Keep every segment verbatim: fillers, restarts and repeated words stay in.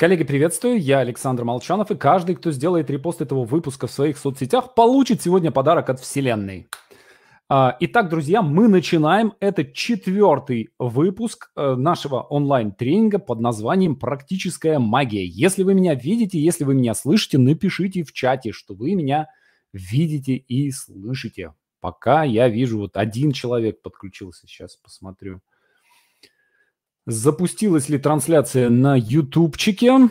Коллеги, приветствую, я Александр Молчанов, и каждый, кто сделает репост этого выпуска в своих соцсетях, получит сегодня подарок от Вселенной. А, Итак, друзья, мы начинаем. Это четвертый выпуск э, нашего онлайн-тренинга под названием «Практическая магия». Если вы меня видите, если вы меня слышите, напишите в чате, что вы меня видите и слышите. Пока я вижу, вот один человек подключился, сейчас посмотрю. Запустилась ли трансляция на ютубчике?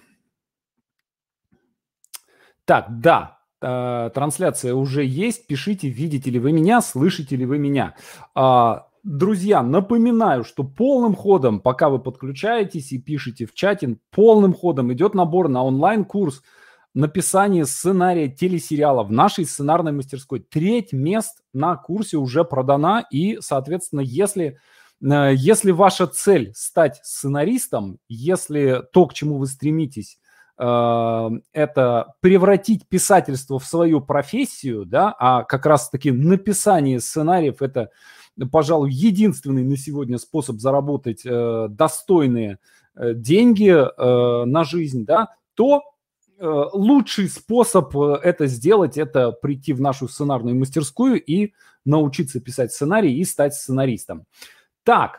Так, да, э, трансляция уже есть. Пишите, видите ли вы меня, слышите ли вы меня. А, друзья, напоминаю, что полным ходом, пока вы подключаетесь и пишете в чате, полным ходом идет набор на онлайн-курс написания сценария телесериала в нашей сценарной мастерской. Треть мест на курсе уже продана, и, соответственно, если... Если ваша цель стать сценаристом, если то, к чему вы стремитесь, это превратить писательство в свою профессию, да, а как раз-таки написание сценариев – это, пожалуй, единственный на сегодня способ заработать достойные деньги на жизнь, да, то лучший способ это сделать – это прийти в нашу сценарную мастерскую и научиться писать сценарий и стать сценаристом. Так,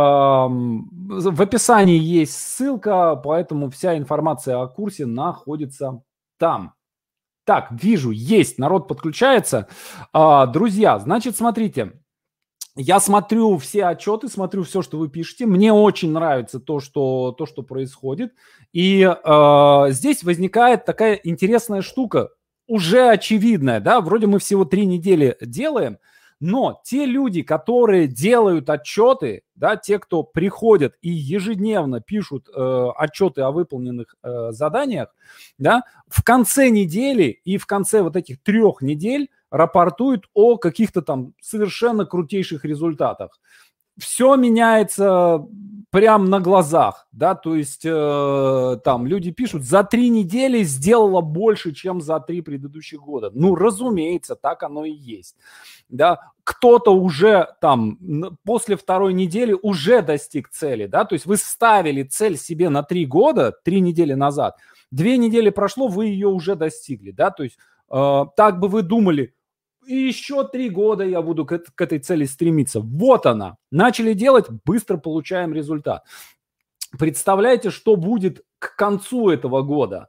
эм, в описании есть ссылка, поэтому вся информация о курсе находится там. Так, вижу, есть, народ подключается. А, друзья, значит, смотрите, я смотрю все отчеты, смотрю все, что вы пишете. Мне очень нравится то, что, то, что происходит. И э, здесь возникает такая интересная штука, уже очевидная, да, вроде мы всего три недели делаем, но те люди, которые делают отчеты, да, те, кто приходят и ежедневно пишут э, отчеты о выполненных э, заданиях, да, в конце недели и в конце вот этих трех недель рапортуют о каких-то там совершенно крутейших результатах. Все меняется прямо на глазах, да, то есть э, там люди пишут, за три недели сделала больше, чем за три предыдущих года. Ну, разумеется, так оно и есть, да. Кто-то уже там после второй недели уже достиг цели, да, то есть вы ставили цель себе на три года, три недели назад, две недели прошло, вы ее уже достигли, да, то есть э, так бы вы думали, и еще три года я буду к, к этой цели стремиться. Вот она. Начали делать, быстро получаем результат. Представляете, что будет к концу этого года.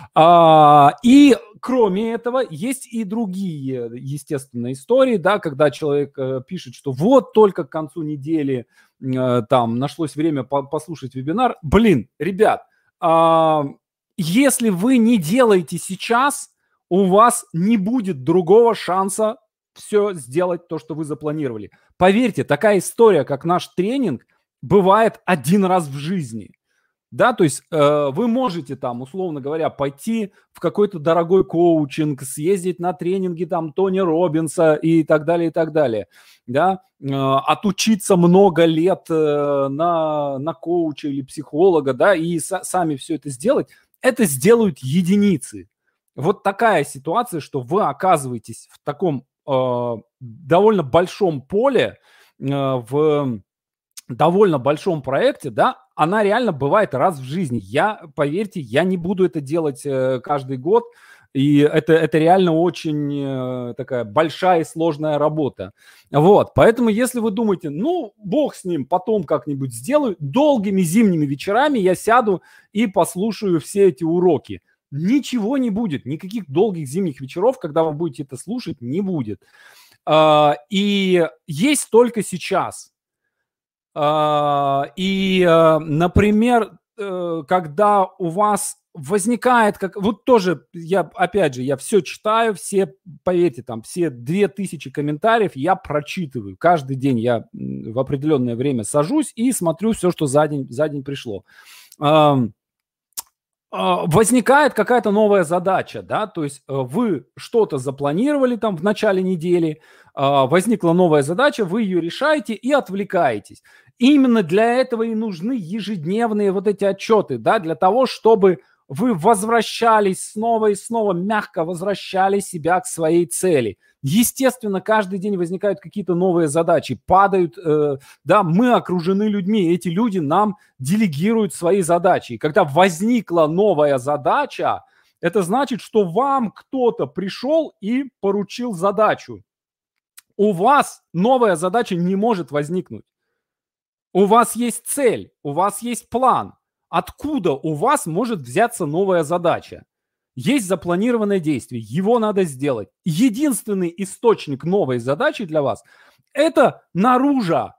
А, и кроме этого, есть и другие, естественно, истории, да, когда человек э, пишет, что вот только к концу недели э, там нашлось время по- послушать вебинар. Блин, ребят, э, если вы не делаете сейчас, у вас не будет другого шанса все сделать то, что вы запланировали. Поверьте, такая история, как наш тренинг, бывает один раз в жизни. Да, то есть э, вы можете там, условно говоря, пойти в какой-то дорогой коучинг, съездить на тренинги там Тони Роббинса и так далее, и так далее. Да, э, отучиться много лет э, на, на коуча или психолога, да, и с- сами все это сделать. Это сделают единицы. Вот такая ситуация, что вы оказываетесь в таком э, довольно большом поле, э, в довольно большом проекте, да, она реально бывает раз в жизни. Я, поверьте, я не буду это делать э, каждый год, и это, это реально очень э, такая большая и сложная работа. Вот, поэтому если вы думаете, ну, бог с ним, потом как-нибудь сделаю, долгими зимними вечерами я сяду и послушаю все эти уроки. Ничего не будет, никаких долгих зимних вечеров, когда вы будете это слушать, не будет. А, и есть только сейчас. А, и, а, например, э, когда у вас возникает, как вот тоже, я опять же, я все читаю, все, поверьте, там, все две тысячи комментариев я прочитываю. Каждый день я в определенное время сажусь и смотрю все, что за день, за день пришло. Возникает какая-то новая задача, да, то есть вы что-то запланировали там в начале недели, возникла новая задача, вы ее решаете и отвлекаетесь. Именно для этого и нужны ежедневные вот эти отчеты, да, для того, чтобы вы возвращались снова и снова, мягко возвращали себя к своей цели. Естественно, каждый день возникают какие-то новые задачи, падают, э, да, мы окружены людьми, эти люди нам делегируют свои задачи. И когда возникла новая задача, это значит, что вам кто-то пришел и поручил задачу. У вас новая задача не может возникнуть. У вас есть цель, у вас есть план. Откуда у вас может взяться новая задача? Есть запланированное действие, его надо сделать. Единственный источник новой задачи для вас – это наружу.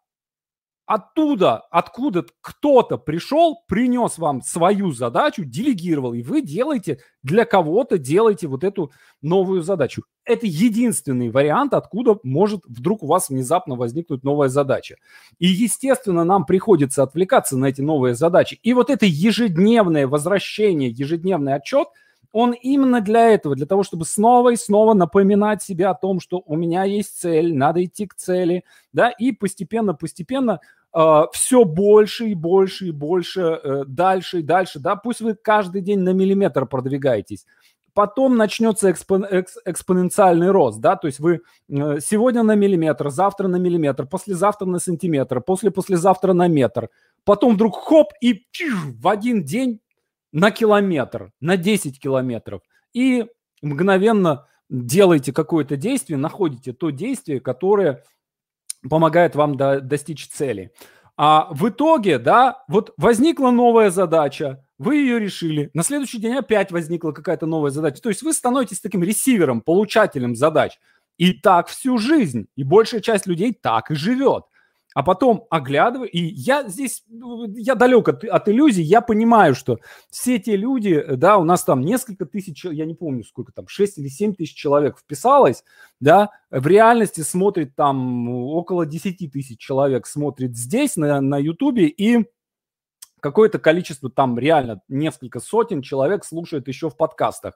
Оттуда, откуда кто-то пришел, принес вам свою задачу, делегировал, и вы делаете, для кого-то делаете вот эту новую задачу. Это единственный вариант, откуда может вдруг у вас внезапно возникнуть новая задача. И, естественно, нам приходится отвлекаться на эти новые задачи. И вот это ежедневное возвращение, ежедневный отчет, он именно для этого, для того, чтобы снова и снова напоминать себе о том, что у меня есть цель, надо идти к цели, да, и постепенно-постепенно э, все больше и больше и больше, э, дальше и дальше, да, пусть вы каждый день на миллиметр продвигаетесь. Потом начнется экспон, экс, экспоненциальный рост, да, то есть вы э, сегодня на миллиметр, завтра на миллиметр, послезавтра на сантиметр, после-послезавтра на метр. Потом вдруг хоп, и чиж, в один день на километр, на десять километров. И мгновенно делаете какое-то действие, находите то действие, которое помогает вам до, достичь цели. А в итоге, да, вот возникла новая задача, вы ее решили, на следующий день опять возникла какая-то новая задача. То есть вы становитесь таким ресивером, получателем задач. И так всю жизнь. И большая часть людей так и живет. А потом оглядываю, и я здесь, я далек от, от иллюзий, я понимаю, что все те люди, да, у нас там несколько тысяч, я не помню сколько там, шесть или семь тысяч человек вписалось, да, в реальности смотрит там около десять тысяч человек смотрит здесь на, на Ютубе, и какое-то количество там реально несколько сотен человек слушает еще в подкастах.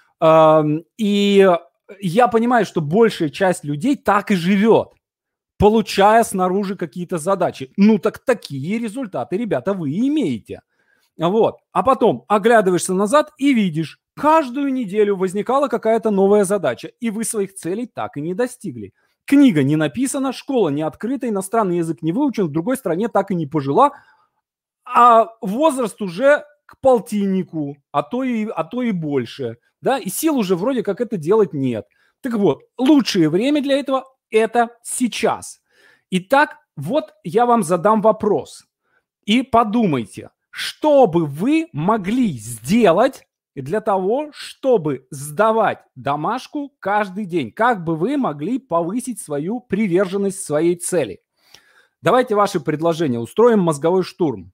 И я понимаю, что большая часть людей так и живет, получая снаружи какие-то задачи. Ну так такие результаты, ребята, вы имеете. Вот. А потом оглядываешься назад и видишь, каждую неделю возникала какая-то новая задача, и вы своих целей так и не достигли. Книга не написана, школа не открыта, иностранный язык не выучен, в другой стране так и не пожила, а возраст уже к полтиннику, а то и, а то и больше. Да? И сил уже вроде как это делать нет. Так вот, лучшее время для этого – это сейчас. Итак, вот я вам задам вопрос. И подумайте, что бы вы могли сделать для того, чтобы сдавать домашку каждый день? Как бы вы могли повысить свою приверженность своей цели? Давайте ваши предложения. Устроим мозговой штурм.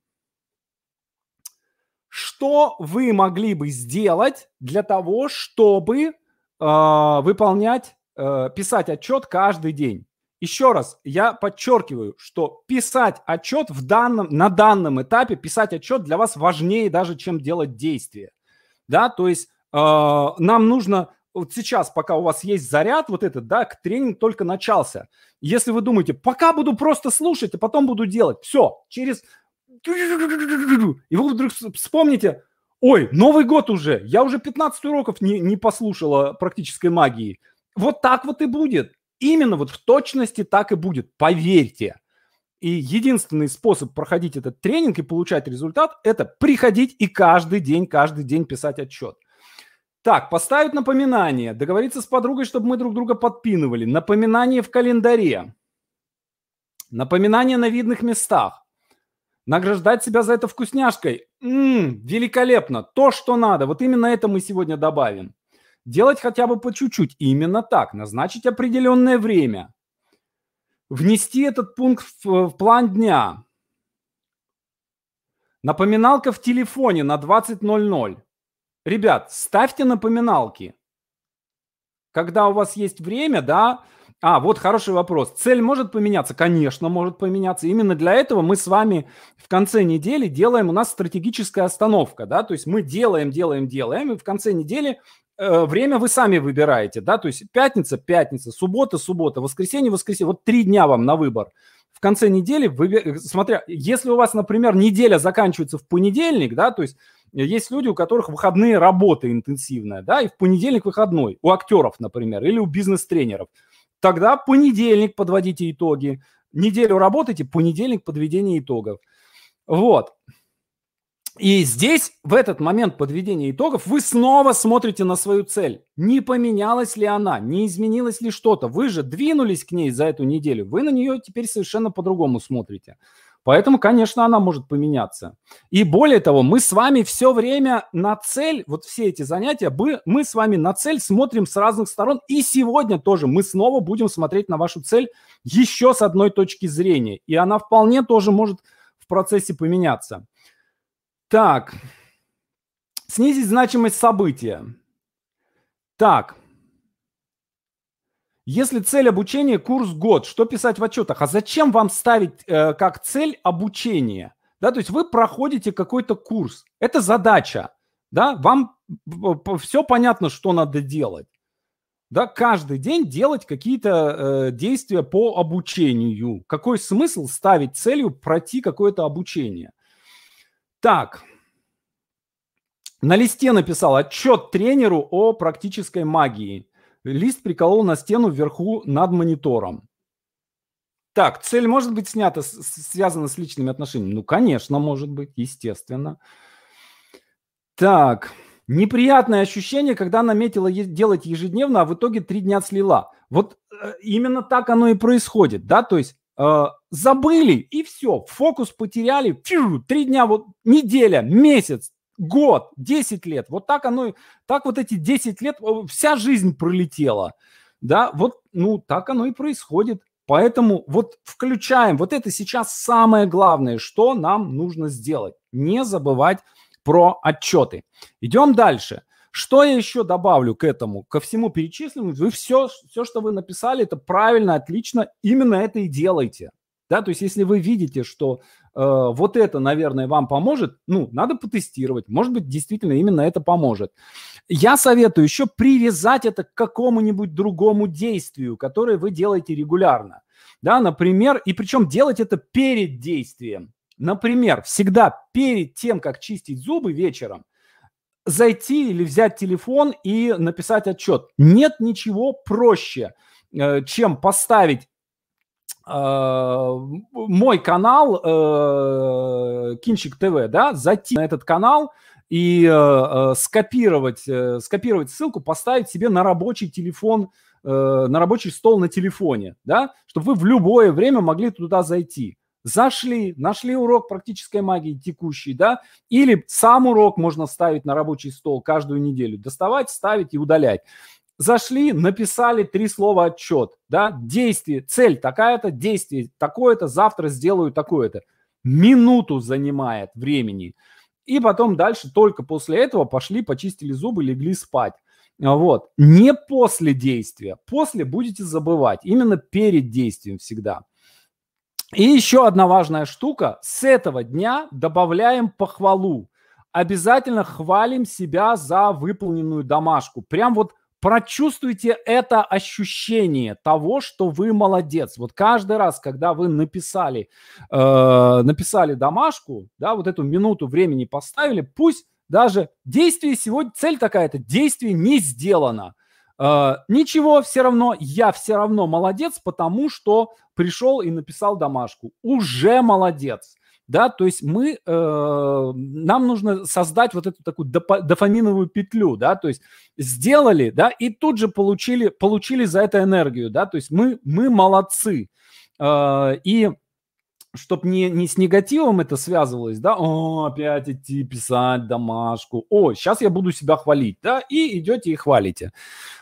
Что вы могли бы сделать для того, чтобы э, выполнять писать отчет каждый день? Еще раз, я подчеркиваю, что писать отчет в данном, на данном этапе, писать отчет для вас важнее даже, чем делать действия. Да, то есть э, нам нужно, вот сейчас, пока у вас есть заряд, вот этот, да, тренинг только начался. Если вы думаете, пока буду просто слушать, а потом буду делать, все, через... И вы вдруг вспомните, ой, Новый год уже, я уже пятнадцать уроков не, не послушала практической магии. Вот так вот и будет. Именно вот в точности так и будет. Поверьте. И единственный способ проходить этот тренинг и получать результат – это приходить и каждый день, каждый день писать отчет. Так, поставить напоминание, договориться с подругой, чтобы мы друг друга подпинывали. Напоминание в календаре. Напоминание на видных местах. Награждать себя за это вкусняшкой. М-м, великолепно. То, что надо. Вот именно это мы сегодня добавим. Делать хотя бы по чуть-чуть. Именно так. Назначить определенное время. Внести этот пункт в, в план дня. Напоминалка в телефоне на двадцать ноль ноль. Ребят, ставьте напоминалки. Когда у вас есть время, да... А, вот хороший вопрос. Цель может поменяться? Конечно, может поменяться. Именно для этого мы с вами в конце недели делаем, у нас стратегическая остановка, да, то есть мы делаем, делаем, делаем, и в конце недели э, время вы сами выбираете, да, то есть пятница, пятница, суббота, суббота, воскресенье, воскресенье, вот три дня вам на выбор. В конце недели, вы, смотря, если у вас, например, неделя заканчивается в понедельник, да, то есть есть люди, у которых выходные работа интенсивная, да, и в понедельник выходной, у актеров, например, или у бизнес-тренеров. Тогда понедельник подводите итоги, неделю работайте, понедельник подведение итогов. Вот. И здесь, в этот момент подведения итогов, вы снова смотрите на свою цель. Не поменялась ли она, не изменилось ли что-то. Вы же двинулись к ней за эту неделю, вы на нее теперь совершенно по-другому смотрите. Поэтому, конечно, она может поменяться. И более того, мы с вами все время на цель, вот все эти занятия, мы с вами на цель смотрим с разных сторон. И сегодня тоже мы снова будем смотреть на вашу цель еще с одной точки зрения. И она вполне тоже может в процессе поменяться. Так, снизить значимость события. Так, если цель обучения – курс год, что писать в отчетах? А зачем вам ставить э, как цель обучение? Да, то есть вы проходите какой-то курс, это задача, да, вам все понятно, что надо делать. Да, каждый день делать какие-то э, действия по обучению. Какой смысл ставить целью пройти какое-то обучение? Так, на листе написал отчет тренеру о практической магии. Лист приколол на стену вверху над монитором. Так, цель может быть снята, с, связана с личными отношениями? Ну, конечно, может быть, естественно. Так, неприятное ощущение, когда наметила делать ежедневно, а в итоге три дня слила. Вот э, именно так оно и происходит, да, то есть э, забыли и все, фокус потеряли, фью, три дня, вот неделя, месяц, год, десять лет, вот так оно, так вот эти десять лет, вся жизнь пролетела, да, вот, ну, так оно и происходит. Поэтому вот включаем, вот это сейчас самое главное, что нам нужно сделать, не забывать про отчеты. Идем дальше. Что я еще добавлю к этому, ко всему перечисленному? Вы все, все, что вы написали, это правильно, отлично, именно это и делайте. Да, то есть если вы видите, что э, вот это, наверное, вам поможет, ну, надо потестировать. Может быть, действительно именно это поможет. Я советую еще привязать это к какому-нибудь другому действию, которое вы делаете регулярно. Да, например, и причем делать это перед действием. Например, всегда перед тем, как чистить зубы вечером, зайти или взять телефон и написать отчет. Нет ничего проще, э, чем поставить мой канал э, Кинчик ТВ, да, зайти на этот канал и э, скопировать, э, скопировать ссылку, поставить себе на рабочий телефон, э, на рабочий стол на телефоне, да, чтобы вы в любое время могли туда зайти. Зашли, нашли урок практической магии текущий, да, или сам урок можно ставить на рабочий стол каждую неделю, доставать, ставить и удалять. Зашли, написали три слова отчет, да, действие, цель такая-то, действие такое-то, завтра сделаю такое-то. Минуту занимает времени. И потом дальше только после этого пошли, почистили зубы, легли спать. Вот. Не после действия. После будете забывать. Именно перед действием всегда. И еще одна важная штука. С этого дня добавляем похвалу. Обязательно хвалим себя за выполненную домашку. Прям вот прочувствуйте это ощущение того, что вы молодец. Вот каждый раз, когда вы написали, э, написали домашку, да, вот эту минуту времени поставили, пусть даже действие сегодня, цель такая-то, действие не сделано. Э, ничего, все равно, я все равно молодец, потому что пришел и написал домашку. Уже молодец. Да, то есть мы, э, нам нужно создать вот эту такую допа- дофаминовую петлю, да, то есть сделали, да, и тут же получили, получили за это энергию, да, то есть мы, мы молодцы. Э, и чтобы не, не с негативом это связывалось, да, о, опять идти писать домашку, о, сейчас я буду себя хвалить, да, и идете и хвалите.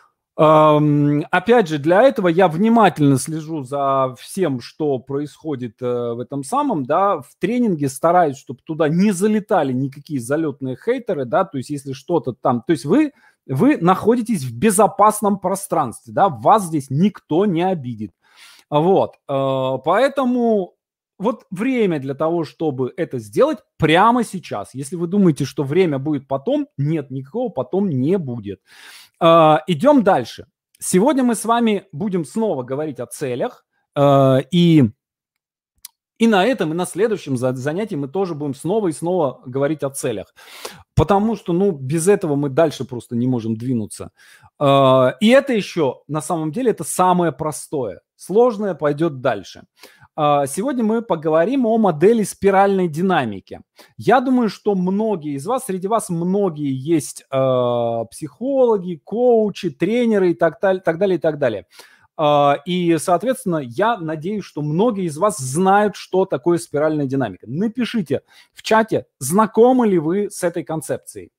Опять же, для этого я внимательно слежу за всем, что происходит в этом самом, да, в тренинге стараюсь, чтобы туда не залетали никакие залетные хейтеры, да, то есть если что-то там, то есть вы, вы находитесь в безопасном пространстве, да, вас здесь никто не обидит, вот, поэтому вот время для того, чтобы это сделать прямо сейчас. Если вы думаете, что время будет потом, нет, никакого потом не будет. Uh, идем дальше. Сегодня мы с вами будем снова говорить о целях. Uh, и И на этом, и на следующем занятии мы тоже будем снова и снова говорить о целях. Потому что, ну, без этого мы дальше просто не можем двинуться. И это еще, на самом деле, это самое простое. Сложное пойдет дальше. Сегодня мы поговорим о модели спиральной динамики. Я думаю, что многие из вас, среди вас многие есть психологи, коучи, тренеры и так далее, так далее, и так далее. И, соответственно, я надеюсь, что многие из вас знают, что такое спиральная динамика. Напишите в чате, знакомы ли вы с этой концепцией,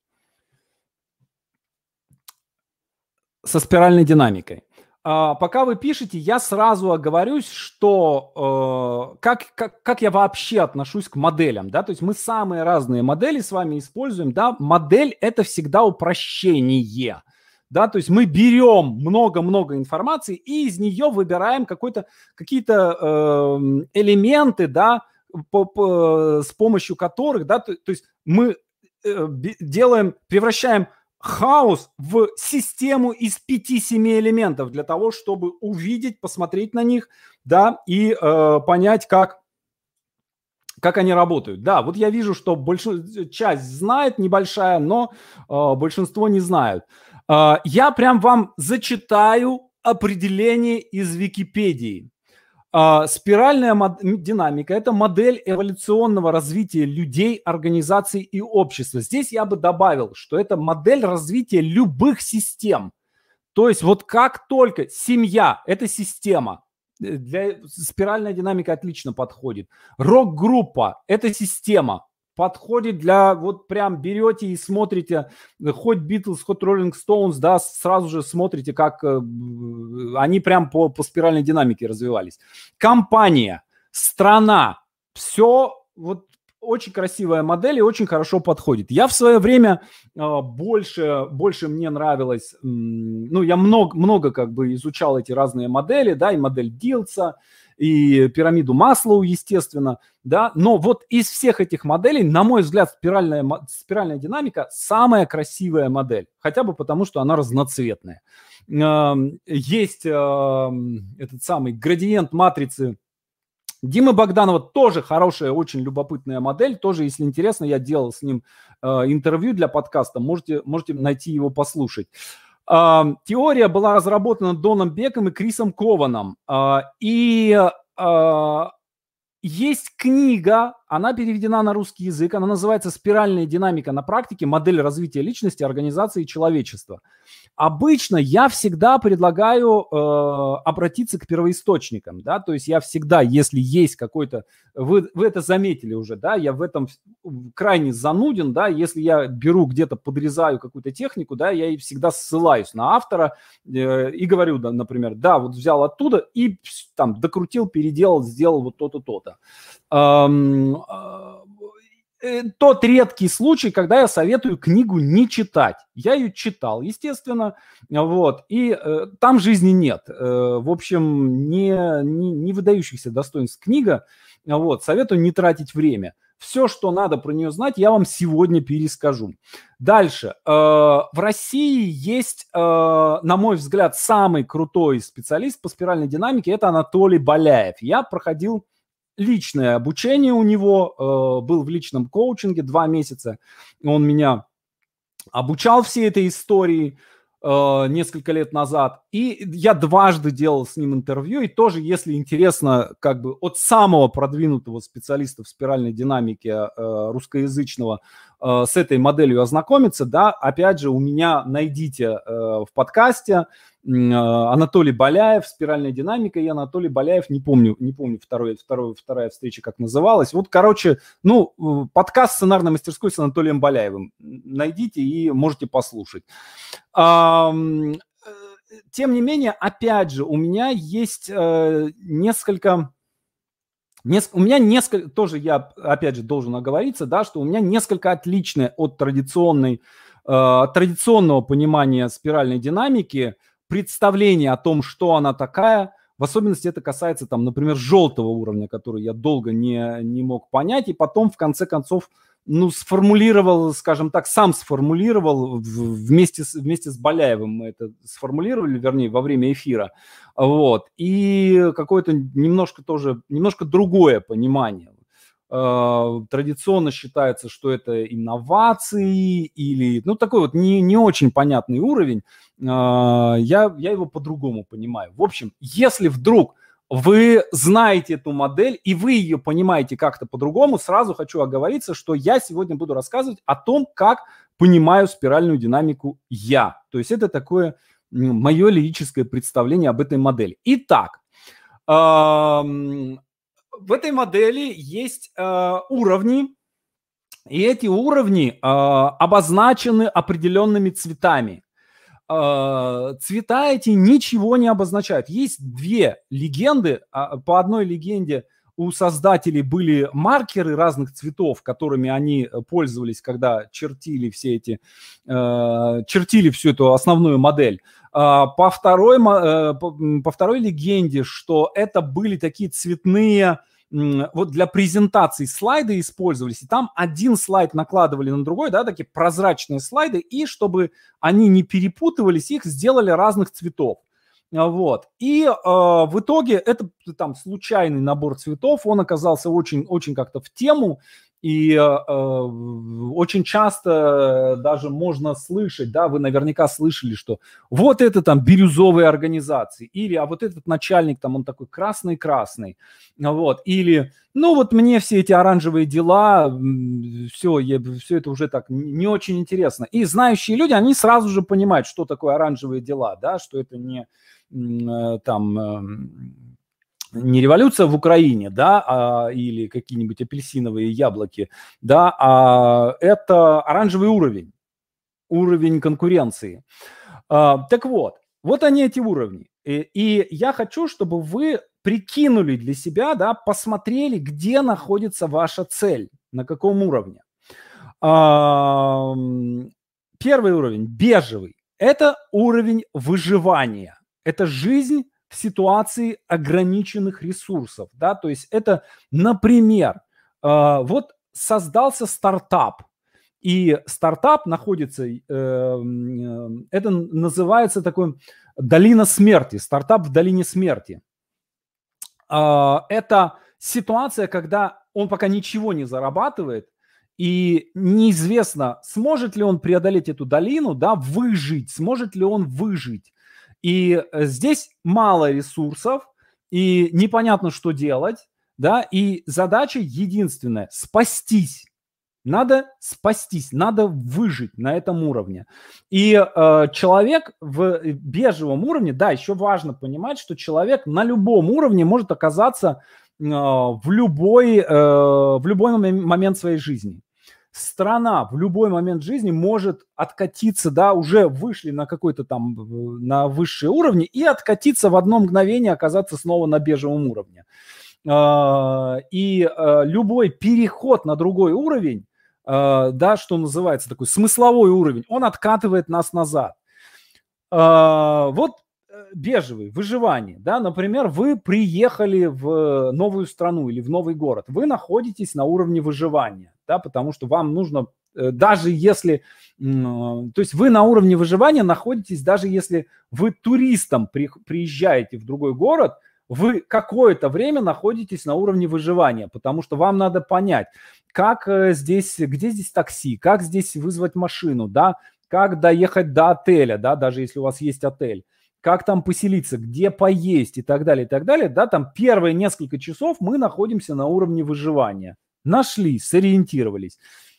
со спиральной динамикой. Пока вы пишете, я сразу оговорюсь, что как, как, как я вообще отношусь к моделям. Да? То есть мы самые разные модели с вами используем. Да? Модель – это всегда упрощение. Да, то есть мы берем много-много информации и из нее выбираем какой-то, какие-то э, элементы, да, по, по, с помощью которых, да, то, то есть мы э, делаем, превращаем хаос в систему из пяти-семи элементов для того, чтобы увидеть, посмотреть на них, да, и э, понять, как, как они работают. Да, вот я вижу, что большинство, часть знает, небольшая, но э, большинство не знают. Я прям вам зачитаю определение из Википедии. Спиральная динамика – это модель эволюционного развития людей, организаций и общества. Здесь я бы добавил, что это модель развития любых систем. То есть вот как только семья – это система, для спиральная динамика отлично подходит. Рок-группа – это система. Подходит для, вот прям берете и смотрите, хоть Beatles, хоть Rolling Stones, да, сразу же смотрите, как э, они прям по, по спиральной динамике развивались. Компания, страна, все вот очень красивая модель и очень хорошо подходит. Я в свое время э, больше, больше мне нравилось, э, ну, я много, много как бы изучал эти разные модели, да, и модель Дилса, и пирамиду Маслоу, естественно, да, но вот из всех этих моделей, на мой взгляд, спиральная, спиральная динамика самая красивая модель, хотя бы потому, что она разноцветная. Есть этот самый градиент матрицы Димы Богданова, тоже хорошая, очень любопытная модель, тоже, если интересно, я делал с ним интервью для подкаста, можете, можете найти его, послушать. Uh, теория была разработана Доном Беком и Крисом Кованом. Uh, и uh, есть книга, она переведена на русский язык, она называется «Спиральная динамика на практике. Модель развития личности, организации и человечества». Обычно я всегда предлагаю э, обратиться к первоисточникам, да, то есть я всегда, если есть какой-то, вы, вы это заметили уже, да, я в этом крайне зануден, да, если я беру где-то, подрезаю какую-то технику, да, я всегда ссылаюсь на автора э, и говорю, да, например, да, вот взял оттуда и там докрутил, переделал, сделал вот то-то, то-то. Эм, Тот редкий случай, когда я советую книгу не читать. Я ее читал, естественно, вот, и э, там жизни нет. Э, в общем, не, не, не выдающихся достоинств книга, вот, советую не тратить время. Все, что надо про нее знать, я вам сегодня перескажу. Дальше. Э, в России есть, э, на мой взгляд, самый крутой специалист по спиральной динамике, это Анатолий Баляев. Я проходил личное обучение у него, э, был в личном коучинге два месяца. Он меня обучал всей этой истории э, несколько лет назад. И я дважды делал с ним интервью. И тоже, если интересно, как бы от самого продвинутого специалиста в спиральной динамике э, русскоязычного э, с этой моделью ознакомиться, да, опять же, у меня найдите э, в подкасте Анатолий Баляев, спиральная динамика, и Анатолий Баляев, не помню, не помню второй, второй, вторая встреча, как называлась. Вот, короче, ну, подкаст сценарной мастерской с Анатолием Баляевым. Найдите и можете послушать. Тем не менее, опять же, у меня есть несколько... Неск... У меня несколько, тоже я, опять же, должен оговориться, да, что у меня несколько отличное от традиционной, э, традиционного понимания спиральной динамики представление о том, что она такая. В особенности это касается, там, например, желтого уровня, который я долго не, не мог понять. И потом, в конце концов, ну, сформулировал, скажем так, сам сформулировал вместе с, вместе с Баляевым мы это сформулировали, вернее, во время эфира, вот, и какое-то немножко тоже, немножко другое понимание. Традиционно считается, что это инновации или, ну, такой вот не, не очень понятный уровень. Я, я его по-другому понимаю. В общем, если вдруг вы знаете эту модель и вы ее понимаете как-то по-другому, сразу хочу оговориться, что я сегодня буду рассказывать о том, как понимаю спиральную динамику я. То есть это такое мое лирическое представление об этой модели. Итак, в этой модели есть э, уровни, и эти уровни э, обозначены определенными цветами. Э, цвета эти ничего не обозначают. Есть две легенды. По одной легенде у создателей были маркеры разных цветов, которыми они пользовались, когда чертили все эти, э, чертили всю эту основную модель. По второй, по второй легенде, что это были такие цветные, вот для презентации слайды использовались, и там один слайд накладывали на другой, да, такие прозрачные слайды, и чтобы они не перепутывались, их сделали разных цветов. Вот. И э, в итоге это там случайный набор цветов, он оказался очень, очень как-то в тему, и э, очень часто даже можно слышать, да, вы наверняка слышали, что вот это там бирюзовые организации, или а вот этот начальник там, он такой красный-красный, вот, или, ну вот мне все эти оранжевые дела, все, я, все это уже так не очень интересно. И знающие люди, они сразу же понимают, что такое оранжевые дела, да, что это не там... не революция в Украине, да, а, или какие-нибудь апельсиновые яблоки, да, а это оранжевый уровень, уровень конкуренции. А, так вот, вот они эти уровни. И, и я хочу, чтобы вы прикинули для себя, да, посмотрели, где находится ваша цель, на каком уровне. А, первый уровень, бежевый, это уровень выживания, это жизнь в ситуации ограниченных ресурсов, да, то есть это, например, э, вот создался стартап, и стартап находится, э, э, это называется такой долина смерти, стартап в долине смерти. Э, это ситуация, когда он пока ничего не зарабатывает, и неизвестно, сможет ли он преодолеть эту долину, да, выжить, сможет ли он выжить. И здесь мало ресурсов, и непонятно, что делать, да, и задача единственная – спастись. Надо спастись, надо выжить на этом уровне. И э, человек в бежевом уровне, да, еще важно понимать, что человек на любом уровне может оказаться э, в, любой, э, в любой момент своей жизни. Страна в любой момент жизни может откатиться, да, уже вышли на какой-то там, на высшие уровни, и откатиться в одно мгновение, оказаться снова на бежевом уровне. И любой переход на другой уровень, да, что называется такой смысловой уровень, он откатывает нас назад. Вот бежевый, выживание, да, например, вы приехали в новую страну или в новый город, вы находитесь на уровне выживания, да, потому что вам нужно, даже если, то есть вы на уровне выживания находитесь, даже если вы туристом при, приезжаете в другой город, вы какое-то время находитесь на уровне выживания, потому что вам надо понять, как здесь, где здесь такси, как здесь вызвать машину, да, как доехать до отеля, да, даже если у вас есть отель, как там поселиться, где поесть и так далее, и так далее, да, там первые несколько часов мы находимся на уровне выживания. Нашли, сориентировались.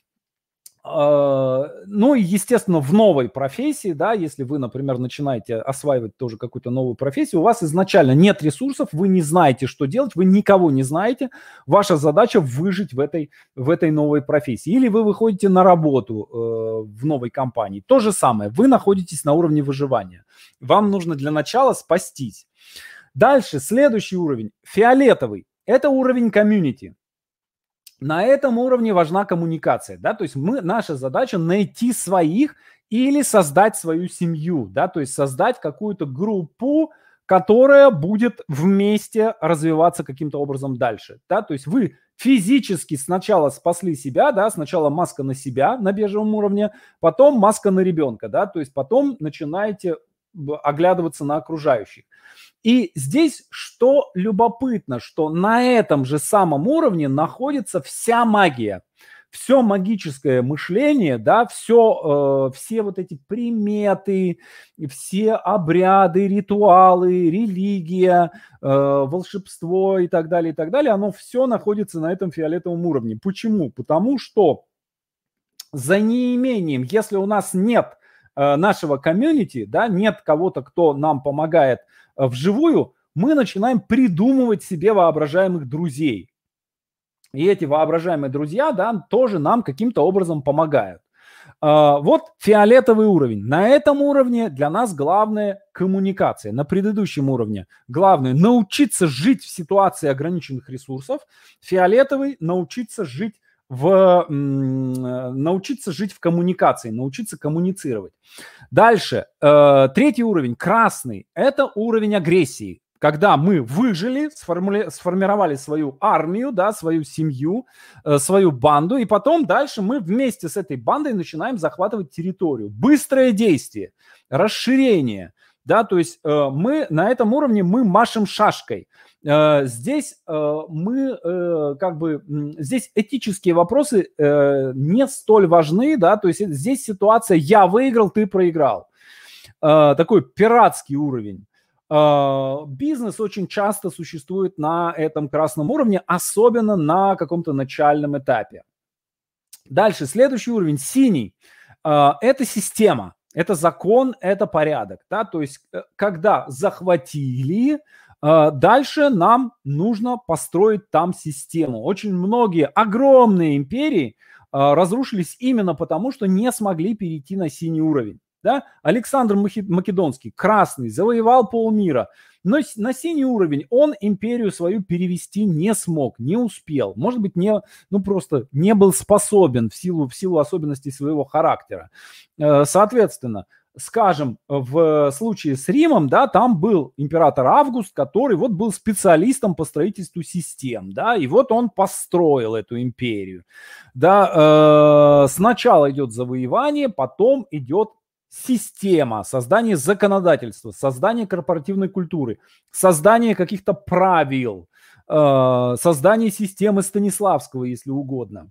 Ну и, естественно, в новой профессии, да, если вы, например, начинаете осваивать тоже какую-то новую профессию, у вас изначально нет ресурсов, вы не знаете, что делать, вы никого не знаете, ваша задача выжить в этой, в этой новой профессии. Или вы выходите на работу э, в новой компании, то же самое, вы находитесь на уровне выживания. Вам нужно для начала спастись. Дальше, следующий уровень, фиолетовый, это уровень комьюнити. На этом уровне важна коммуникация, да, то есть мы, наша задача найти своих или создать свою семью, да, то есть создать какую-то группу, которая будет вместе развиваться каким-то образом дальше, да, то есть вы физически сначала спасли себя, да, сначала маска на себя на бежевом уровне, потом маска на ребенка, да, то есть потом начинаете оглядываться на окружающих. И здесь что любопытно, что на этом же самом уровне находится вся магия. Все магическое мышление, да, все, э, все вот эти приметы, все обряды, ритуалы, религия, э, волшебство и так далее, и так далее, оно все находится на этом фиолетовом уровне. Почему? Потому что за неимением, если у нас нет э, нашего комьюнити, да, нет кого-то, кто нам помогает э, вживую, мы начинаем придумывать себе воображаемых друзей. И эти воображаемые друзья, да, тоже нам каким-то образом помогают. А, вот фиолетовый уровень. На этом уровне для нас главное коммуникация. На предыдущем уровне главное научиться жить в ситуации ограниченных ресурсов. Фиолетовый научиться жить в, научиться жить в коммуникации, научиться коммуницировать. Дальше. Э, третий уровень, красный, это уровень агрессии. Когда мы выжили, сформули... сформировали свою армию, да, свою семью, э, свою банду, и потом дальше мы вместе с этой бандой начинаем захватывать территорию. Быстрое действие, расширение, да, то есть э, мы на этом уровне мы машем шашкой. Э, здесь э, мы э, как бы здесь этические вопросы э, не столь важны, да, то есть здесь ситуация я выиграл, ты проиграл. Э, такой пиратский уровень. Бизнес очень часто существует на этом красном уровне, особенно на каком-то начальном этапе. Дальше, следующий уровень, синий. Это система, это закон, это порядок. Да? То есть, когда захватили, дальше нам нужно построить там систему. Очень многие огромные империи разрушились именно потому, что не смогли перейти на синий уровень. Да? Александр Македонский, красный, завоевал полмира, но на синий уровень он империю свою перевести не смог, не успел. Может быть, не, ну просто не был способен в силу, в силу особенностей своего характера. Соответственно, скажем, в случае с Римом, да, там был император Август, который вот был специалистом по строительству систем, да, и вот он построил эту империю. Да, э, сначала идет завоевание, потом идет система, создание законодательства, создание корпоративной культуры, создание каких-то правил, э, создание системы Станиславского, если угодно.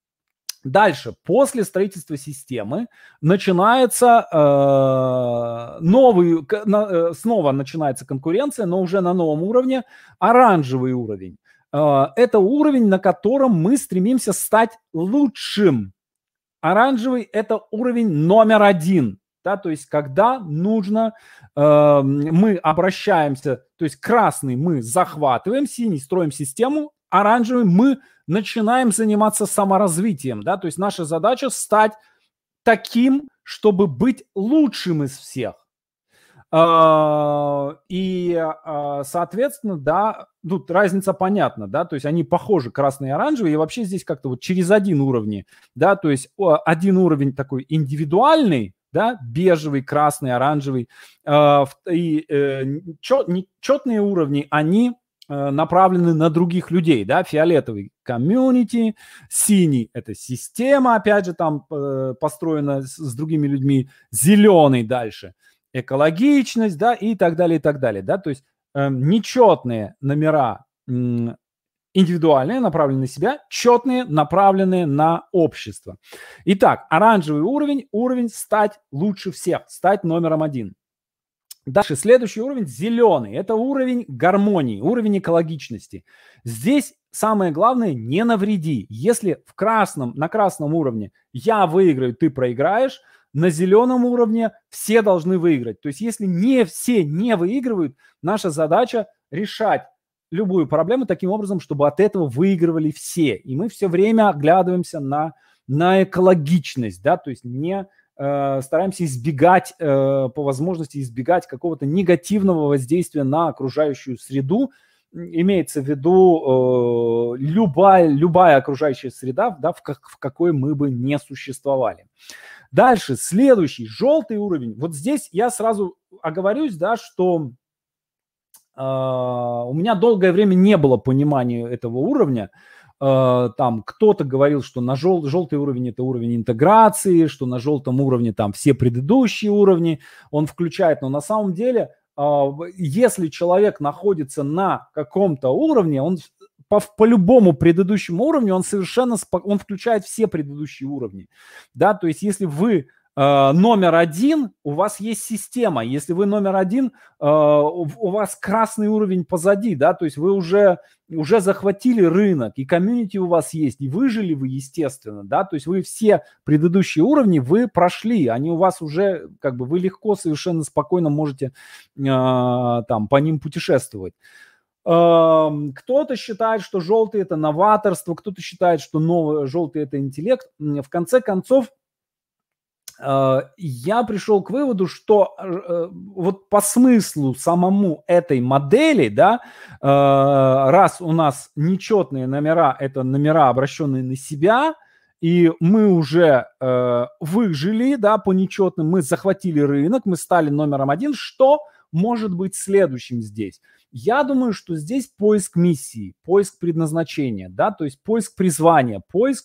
Дальше, после строительства системы, начинается э, новый, э, снова начинается конкуренция, но уже на новом уровне, оранжевый уровень. Э, это уровень, на котором мы стремимся стать лучшим. Оранжевый – это уровень номер один. Да, то есть, когда нужно, э, мы обращаемся, то есть красный мы захватываем, синий строим систему, оранжевый мы начинаем заниматься саморазвитием. Да, то есть наша задача стать таким, чтобы быть лучшим из всех. Э, и, э, соответственно, да, тут разница понятна, да, то есть они похожи, красный и оранжевый, и вообще здесь как-то вот через один уровень, да, то есть один уровень такой индивидуальный, да, бежевый, красный, оранжевый, э, и э, чет, четные уровни, они э, направлены на других людей, да, фиолетовый комьюнити, синий это система, опять же, там э, построена с, с другими людьми, зеленый дальше экологичность, да, и так далее, и так далее, да, то есть э, нечетные номера м, индивидуальные, направленные на себя, четные, направленные на общество. Итак, оранжевый уровень, уровень стать лучше всех, стать номером один. Дальше, следующий уровень, зеленый, это уровень гармонии, уровень экологичности. Здесь самое главное, не навреди. Если в красном, на красном уровне я выиграю, ты проиграешь, на зеленом уровне все должны выиграть. То есть если не все не выигрывают, наша задача решать любую проблему таким образом, чтобы от этого выигрывали все. И мы все время оглядываемся на, на экологичность, да, то есть не э, стараемся избегать, э, по возможности избегать какого-то негативного воздействия на окружающую среду. Имеется в виду э, любая, любая окружающая среда, да, в, как, в какой мы бы не существовали. Дальше, следующий, желтый уровень. Вот здесь я сразу оговорюсь, да, что Uh, у меня долгое время не было понимания этого уровня. э, там кто-то говорил, что на жел, желтый уровень это уровень интеграции, что на желтом уровне там все предыдущие уровни он включает, но на самом деле, э, если человек находится на каком-то уровне, он по, по любому предыдущему уровню, он совершенно, спок... он включает все предыдущие уровни, да, то есть если вы номер один, у вас есть система. Если вы номер один, у вас красный уровень позади, да, то есть вы уже, уже захватили рынок, и комьюнити у вас есть, и выжили вы, естественно, да, то есть вы все предыдущие уровни вы прошли, они у вас уже, как бы, вы легко, совершенно спокойно можете там по ним путешествовать. Кто-то считает, что желтый это новаторство, кто-то считает, что новый, желтый это интеллект. В конце концов, я пришел к выводу, что вот по смыслу самому этой модели, да, раз у нас нечетные номера, это номера, обращенные на себя, и мы уже выжили, да, по нечетным, мы захватили рынок, мы стали номером один, что может быть следующим здесь? Я думаю, что здесь поиск миссии, поиск предназначения, да, то есть поиск призвания, поиск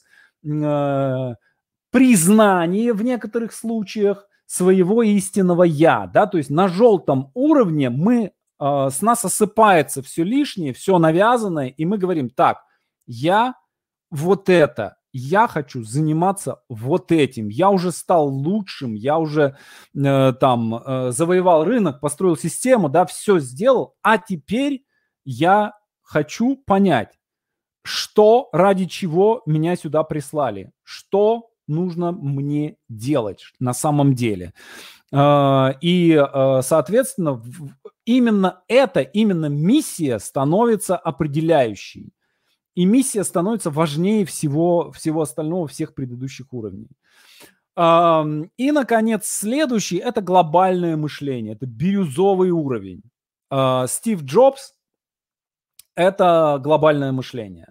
признание в некоторых случаях своего истинного «я», да, то есть на желтом уровне мы, э, с нас осыпается все лишнее, все навязанное, и мы говорим: так, я вот это, я хочу заниматься вот этим, я уже стал лучшим, я уже э, там э, завоевал рынок, построил систему, да, все сделал, а теперь я хочу понять, что, ради чего меня сюда прислали, что нужно мне делать на самом деле. И, соответственно, именно это, именно миссия становится определяющей. И миссия становится важнее всего, всего остального, всех предыдущих уровней. И, наконец, следующий – это глобальное мышление, это бирюзовый уровень. Стив Джобс – это глобальное мышление.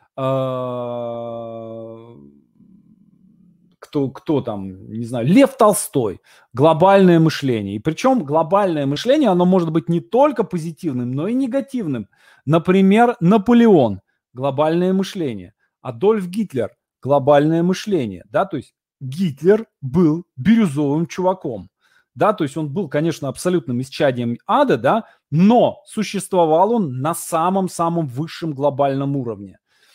Кто, кто там, не знаю, Лев Толстой, глобальное мышление. И причем глобальное мышление, оно может быть не только позитивным, но и негативным. Например, Наполеон, глобальное мышление. Адольф Гитлер, глобальное мышление. Да, то есть Гитлер был бирюзовым чуваком. Да, то есть он был, конечно, абсолютным исчадием ада, да, но существовал он на самом-самом высшем глобальном уровне.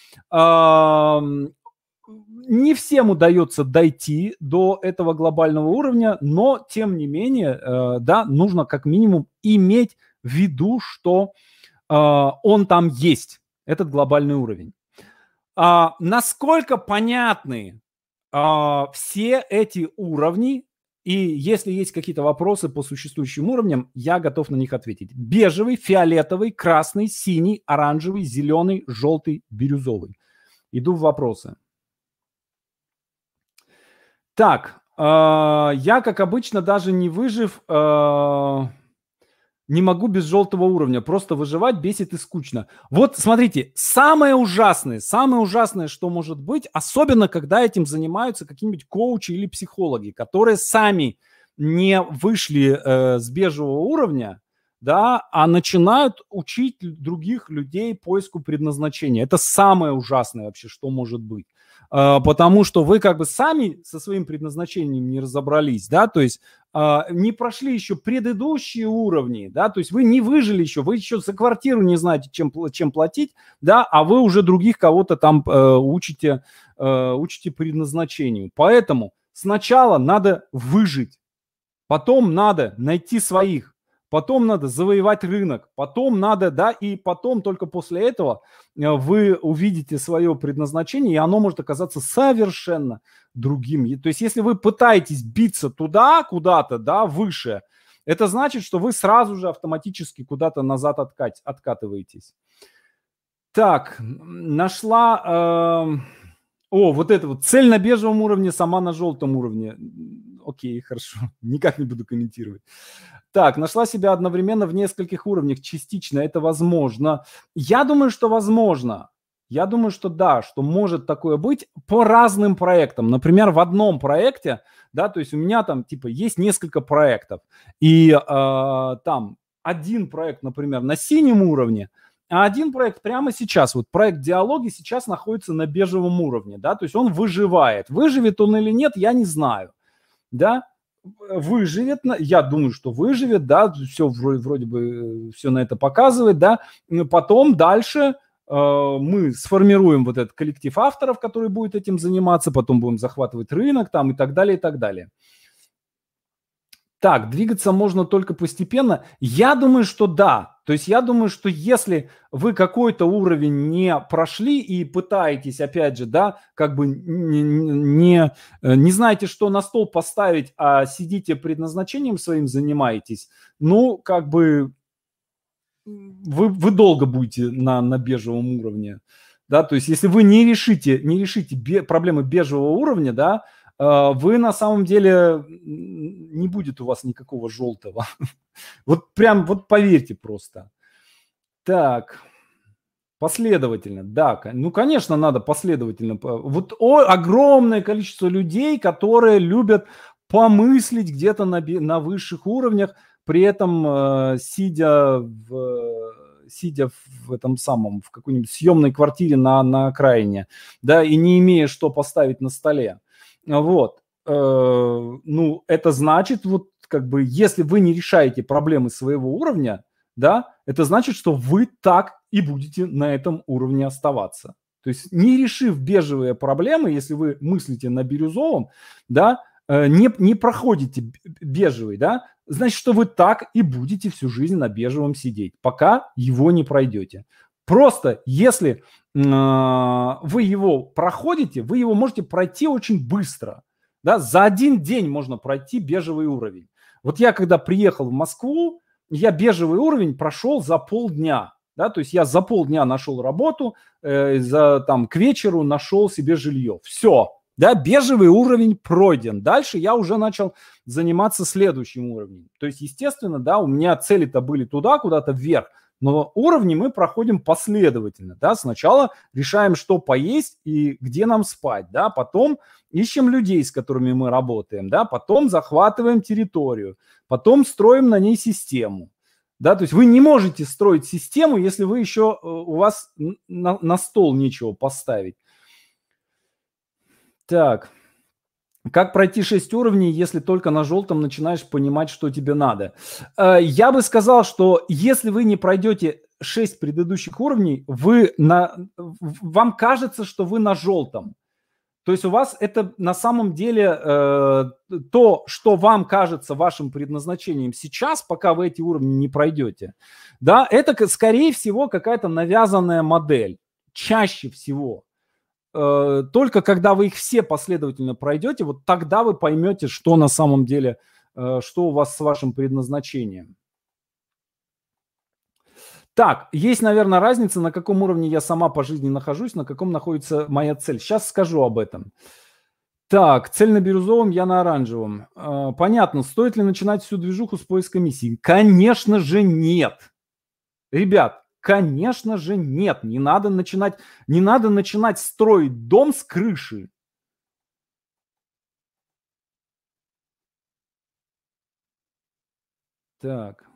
Не всем удается дойти до этого глобального уровня, но, тем не менее, э, да, нужно как минимум иметь в виду, что э, он там есть, этот глобальный уровень. А, насколько понятны а, все эти уровни, и если есть какие-то вопросы по существующим уровням, я готов на них ответить. Бежевый, фиолетовый, красный, синий, оранжевый, зеленый, желтый, бирюзовый. Иду в вопросы. Так, э, я, как обычно, даже не выжив, э, не могу без желтого уровня. Просто выживать бесит и скучно. Вот, смотрите, самое ужасное, самое ужасное, что может быть, особенно, когда этим занимаются какие-нибудь коучи или психологи, которые сами не вышли э, с бежевого уровня, да, а начинают учить других людей поиску предназначения. Это самое ужасное вообще, что может быть. Потому что вы как бы сами со своим предназначением не разобрались, да, то есть не прошли еще предыдущие уровни, да, то есть вы не выжили еще, вы еще за квартиру не знаете, чем, чем платить, да, а вы уже других кого-то там э, учите, э, учите предназначению. Поэтому сначала надо выжить, потом надо найти своих, потом надо завоевать рынок, потом надо, да, и потом только после этого вы увидите свое предназначение, и оно может оказаться совершенно другим. То есть если вы пытаетесь биться туда, куда-то, да, выше, это значит, что вы сразу же автоматически куда-то назад откат, откатываетесь. Так, нашла... Э, о, вот это вот. Цель на бежевом уровне, сама на желтом уровне. Окей, хорошо. Никак не буду комментировать. Так, нашла себя одновременно в нескольких уровнях. Частично это возможно. Я думаю, что возможно. Я думаю, что да, что может такое быть по разным проектам. Например, в одном проекте, да, то есть у меня там типа есть несколько проектов. И э, там один проект, например, на синем уровне, а один проект прямо сейчас, вот проект «Диалоги» сейчас находится на бежевом уровне, да, то есть он выживает. Выживет он или нет, я не знаю, да. Выживет, я думаю, что выживет, да, все вроде, вроде бы все на это показывает, да. Потом дальше э, мы сформируем вот этот коллектив авторов, который будет этим заниматься, потом будем захватывать рынок там и так далее, и так далее. Так, двигаться можно только постепенно. Я думаю, что да. То есть я думаю, что если вы какой-то уровень не прошли и пытаетесь, опять же, да, как бы не, не, не знаете, что на стол поставить, а сидите предназначением своим занимаетесь, ну, как бы вы, вы долго будете на, на бежевом уровне. Да, то есть если вы не решите, не решите бе- проблемы бежевого уровня, да, вы на самом деле не будет у вас никакого желтого. Вот прям, вот поверьте просто. Так, последовательно, да, ну, конечно, надо последовательно. Вот о, огромное количество людей, которые любят помыслить где-то на, на высших уровнях, при этом э, сидя в... сидя в этом самом, в какой-нибудь съемной квартире на, на окраине, да, и не имея что поставить на столе. Вот, э, ну, это значит, вот, как бы, если вы не решаете проблемы своего уровня, да, это значит, что вы так и будете на этом уровне оставаться. То есть, не решив бежевые проблемы, если вы мыслите на бирюзовом, да, э, не, не проходите бежевый, да, значит, что вы так и будете всю жизнь на бежевом сидеть, пока его не пройдете. Просто если вы его проходите, вы его можете пройти очень быстро. Да? За один день можно пройти бежевый уровень. Вот я когда приехал в Москву, я бежевый уровень прошел за полдня. Да? То есть я за полдня нашел работу, э, за, там, к вечеру нашел себе жилье. Все. Да? Бежевый уровень пройден. Дальше я уже начал заниматься следующим уровнем. То есть, естественно, да, у меня цели-то были туда, куда-то вверх. Но уровни мы проходим последовательно, да, сначала решаем, что поесть и где нам спать, да, потом ищем людей, с которыми мы работаем, да, потом захватываем территорию, потом строим на ней систему, да, то есть вы не можете строить систему, если вы еще, у вас на, на стол нечего поставить. Так. Как пройти шесть уровней, если только на желтом начинаешь понимать, что тебе надо? Я бы сказал, что если вы не пройдете шесть предыдущих уровней, вы на, вам кажется, что вы на желтом. То есть у вас это на самом деле э, то, что вам кажется вашим предназначением сейчас, пока вы эти уровни не пройдете, да, это, скорее всего, какая-то навязанная модель. Чаще всего. Только когда вы их все последовательно пройдете, вот тогда вы поймете, что на самом деле, что у вас с вашим предназначением. Так, есть, наверное, разница, на каком уровне я сама по жизни нахожусь, на каком находится моя цель. Сейчас скажу об этом. Так, цель на бирюзовом, я на оранжевом. Понятно, стоит ли начинать всю движуху с поиска миссии? Конечно же нет. Ребят, конечно же нет, не надо начинать, не надо начинать строить дом с крыши. Так.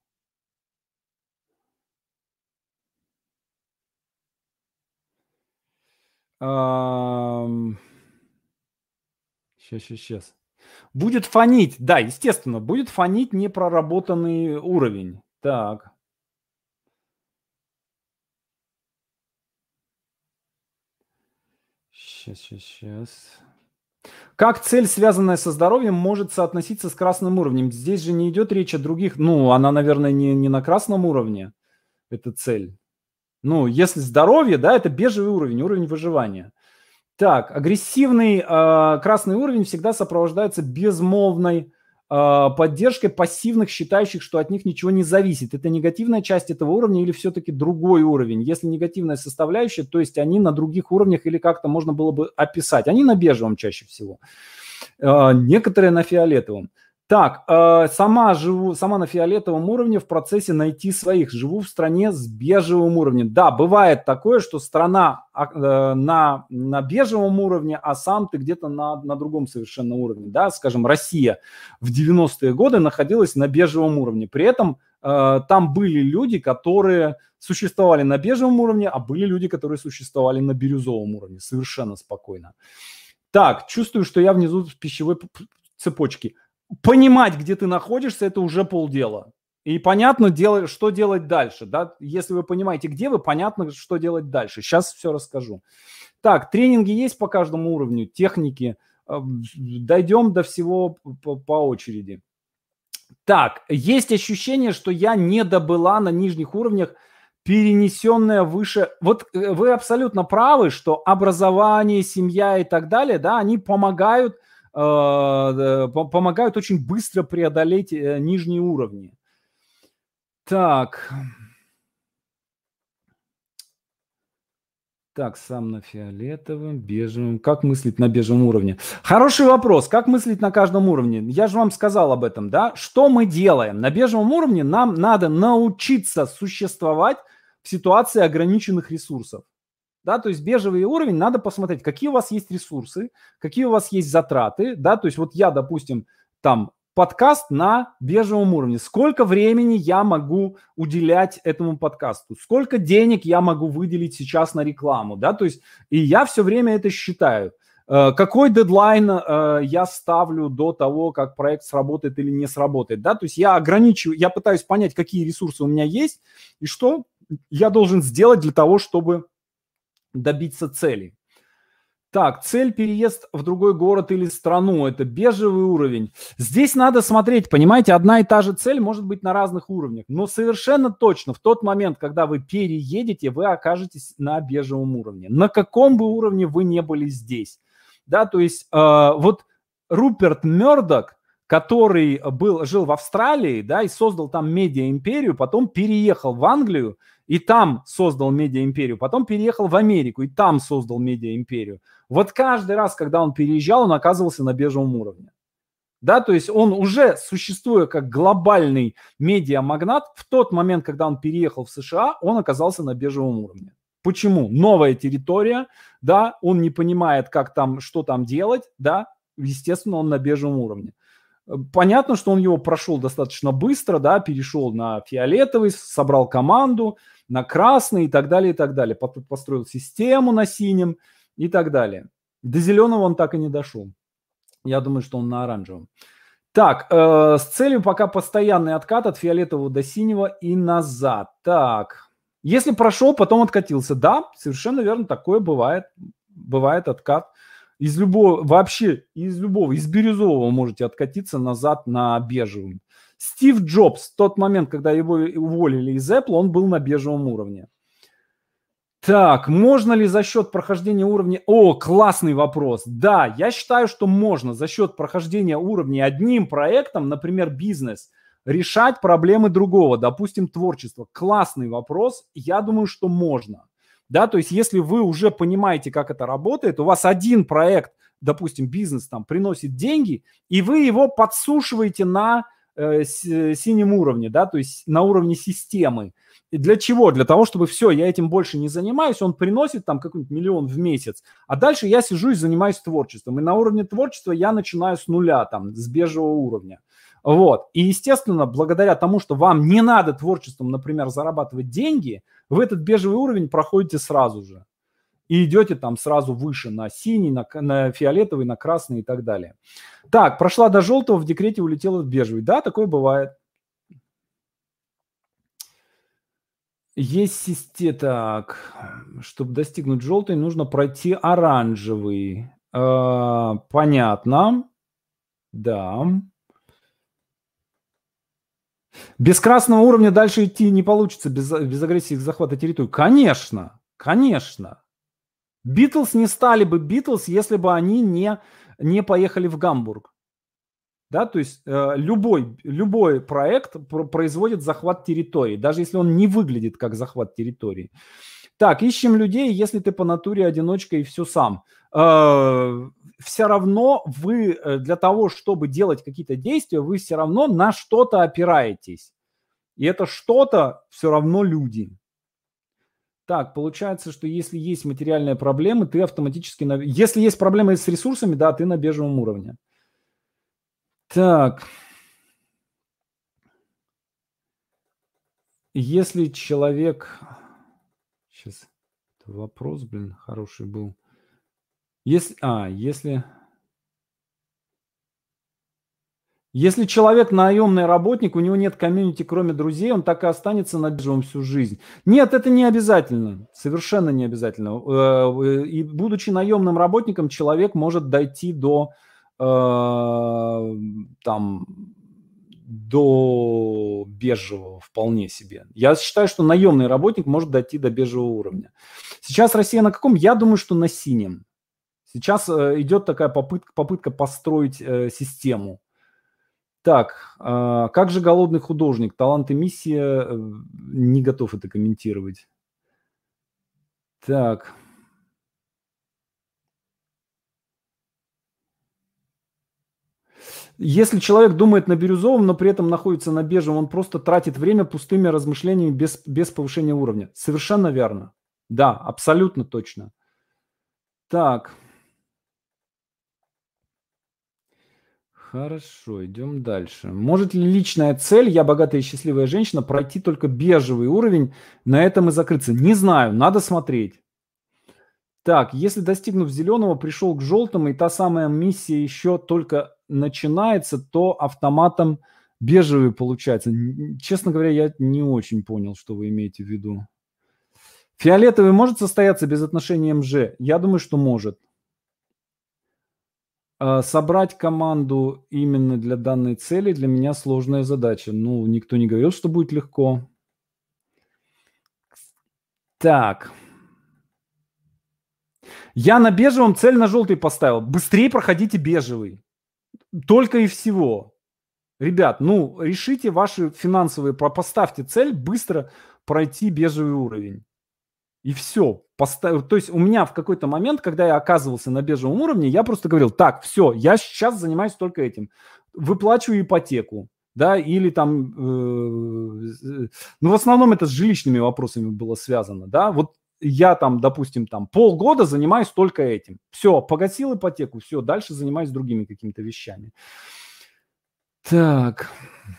Ам... Сейчас, сейчас, сейчас. Будет фонить, да, естественно, будет фонить непроработанный уровень. Так. Сейчас, сейчас, сейчас. Как цель, связанная со здоровьем, может соотноситься с красным уровнем? Здесь же не идет речь о других. Ну, она, наверное, не, не на красном уровне, эта цель. Ну, если здоровье, да, это бежевый уровень, уровень выживания. Так, агрессивный э, красный уровень всегда сопровождается безмолвной э, поддержкой пассивных, считающих, что от них ничего не зависит. Это негативная часть этого уровня или все-таки другой уровень? Если негативная составляющая, то есть они на других уровнях или как-то можно было бы описать. Они на бежевом чаще всего. Э, некоторые на фиолетовом. Так, э, сама живу, сама на фиолетовом уровне в процессе найти своих. Живу в стране с бежевым уровнем. Да, бывает такое, что страна э, на, на бежевом уровне, а сам ты где-то на, на другом совершенно уровне. Да, скажем, Россия в девяностые годы находилась на бежевом уровне. При этом э, там были люди, которые существовали на бежевом уровне, а были люди, которые существовали на бирюзовом уровне. Совершенно спокойно. Так, чувствую, что я внизу пищевой цепочки. Понимать, где ты находишься, это уже полдела. И понятно, делать, что делать дальше. Да? Если вы понимаете, где вы, понятно, что делать дальше. Сейчас все расскажу. Так, тренинги есть по каждому уровню, техники. Дойдем до всего по, по очереди. Так, есть ощущение, что я не добыла на нижних уровнях перенесенное выше. Вот вы абсолютно правы, что образование, семья и так далее, да, они помогают помогают очень быстро преодолеть нижние уровни. Так. Так, сам на фиолетовом, бежевом. Как мыслить на бежевом уровне? Хороший вопрос. Как мыслить на каждом уровне? Я же вам сказал об этом, да? Что мы делаем? На бежевом уровне нам надо научиться существовать в ситуации ограниченных ресурсов. Да, то есть бежевый уровень, надо посмотреть, какие у вас есть ресурсы, какие у вас есть затраты, да, то есть вот я, допустим, там подкаст на бежевом уровне, сколько времени я могу уделять этому подкасту, сколько денег я могу выделить сейчас на рекламу, да, то есть и я все время это считаю. Какой дедлайн я ставлю до того, как проект сработает или не сработает, да, то есть я ограничиваю, я пытаюсь понять, какие ресурсы у меня есть и что я должен сделать для того, чтобы добиться цели. Так, цель переезд в другой город или страну. Это бежевый уровень. Здесь надо смотреть, понимаете, одна и та же цель может быть на разных уровнях. Но совершенно точно в тот момент, когда вы переедете, вы окажетесь на бежевом уровне. На каком бы уровне вы не были здесь. Да, то есть э, вот Руперт Мёрдок, который был, жил в Австралии, да, и создал там медиа-империю, потом переехал в Англию, и там создал медиа-империю, потом переехал в Америку, и там создал медиа-империю. Вот каждый раз, когда он переезжал, он оказывался на бежевом уровне. Да, то есть он уже, существуя как глобальный медиамагнат, в тот момент, когда он переехал в США, он оказался на бежевом уровне. Почему? Новая территория, да, он не понимает, как там, что там делать, да, естественно, он на бежевом уровне. Понятно, что он его прошел достаточно быстро, да, перешел на фиолетовый, собрал команду, на красный и так далее, и так далее. Построил систему на синем и так далее. До зеленого он так и не дошел. Я думаю, что он на оранжевом. Так, э, с целью пока постоянный откат от фиолетового до синего и назад. Так, если прошел, потом откатился. Да, совершенно верно, такое бывает. Бывает откат. Из любого, вообще из любого, из бирюзового можете откатиться назад на бежевый. Стив Джобс, в тот момент, когда его уволили из Apple, он был на бежевом уровне. Так, можно ли за счет прохождения уровня... О, классный вопрос. Да, я считаю, что можно за счет прохождения уровня одним проектом, например, бизнес, решать проблемы другого, допустим, творчество. Классный вопрос. Я думаю, что можно. Да, то есть если вы уже понимаете, как это работает, у вас один проект, допустим, бизнес там приносит деньги, и вы его подсушиваете на э, с, синем уровне, да, то есть на уровне системы. И для чего? Для того, чтобы все, я этим больше не занимаюсь, он приносит там какой-нибудь миллион в месяц, а дальше я сижу и занимаюсь творчеством. И на уровне творчества я начинаю с нуля, там, с бежевого уровня. Вот. И, естественно, благодаря тому, что вам не надо творчеством, например, зарабатывать деньги, вы этот бежевый уровень проходите сразу же. И идете там сразу выше на синий, на, на фиолетовый, на красный и так далее. Так, прошла до желтого, в декрете улетела в бежевый. Да, такое бывает. Есть система, так, чтобы достигнуть желтой, нужно пройти оранжевый. Э, понятно. Да. Без красного уровня дальше идти не получится, без, без агрессии захвата территории. Конечно, конечно. Битлз не стали бы Битлз, если бы они не, не поехали в Гамбург. Да, то есть э, любой, любой проект про- производит захват территории, даже если он не выглядит как захват территории. Так, ищем людей, если ты по натуре одиночка и все сам. Э, все равно вы э, для того, чтобы делать какие-то действия, вы все равно на что-то опираетесь. И это что-то все равно люди. Так, получается, что если есть материальные проблемы, ты автоматически... На... Если есть проблемы с ресурсами, да, ты на бежевом уровне. Так. Если человек... Сейчас. Вопрос, блин, хороший был. Если... А, если... Если человек наемный работник, у него нет комьюнити, кроме друзей, он так и останется на биржевом всю жизнь. Нет, это не обязательно. Совершенно не обязательно. Э, И будучи наемным работником, человек может дойти до э, там до бежевого вполне себе. Я считаю, что наемный работник может дойти до бежевого уровня. Сейчас Россия на каком? Я думаю, что на синем. Сейчас э, идет такая попытка, попытка построить э, систему. Так, э, как же голодный художник? Талант и миссия. э, Не готов это комментировать. Так. Если человек думает на бирюзовом, но при этом находится на бежевом, он просто тратит время пустыми размышлениями без, без повышения уровня. Совершенно верно. Да, абсолютно точно. Так. Хорошо, идем дальше. Может ли личная цель, я богатая и счастливая женщина, пройти только бежевый уровень, на этом и закрыться? Не знаю, надо смотреть. Так, если достигнув зеленого, пришел к желтому, и та самая миссия еще только начинается, то автоматом бежевый получается. Н- Честно говоря, я не очень понял, что вы имеете в виду. Фиолетовый может состояться без отношения МЖ? Я думаю, что может. А, Собрать команду именно для данной цели для меня сложная задача. Ну, никто не говорил, что будет легко. Так. Я на бежевом цель на желтый поставил. Быстрее проходите бежевый. Только и всего. Ребят, ну, решите ваши финансовые, про- поставьте цель быстро пройти бежевый уровень. И все. Поставил. То есть у меня в какой-то момент, когда я оказывался на бежевом уровне, я просто говорил, так, все, я сейчас занимаюсь только этим. Выплачиваю ипотеку, да, или там, э, э, ну, в основном это с жилищными вопросами было связано, да, вот я там, допустим, там полгода занимаюсь только этим. Все, погасил ипотеку, все, дальше занимаюсь другими какими-то вещами. Так.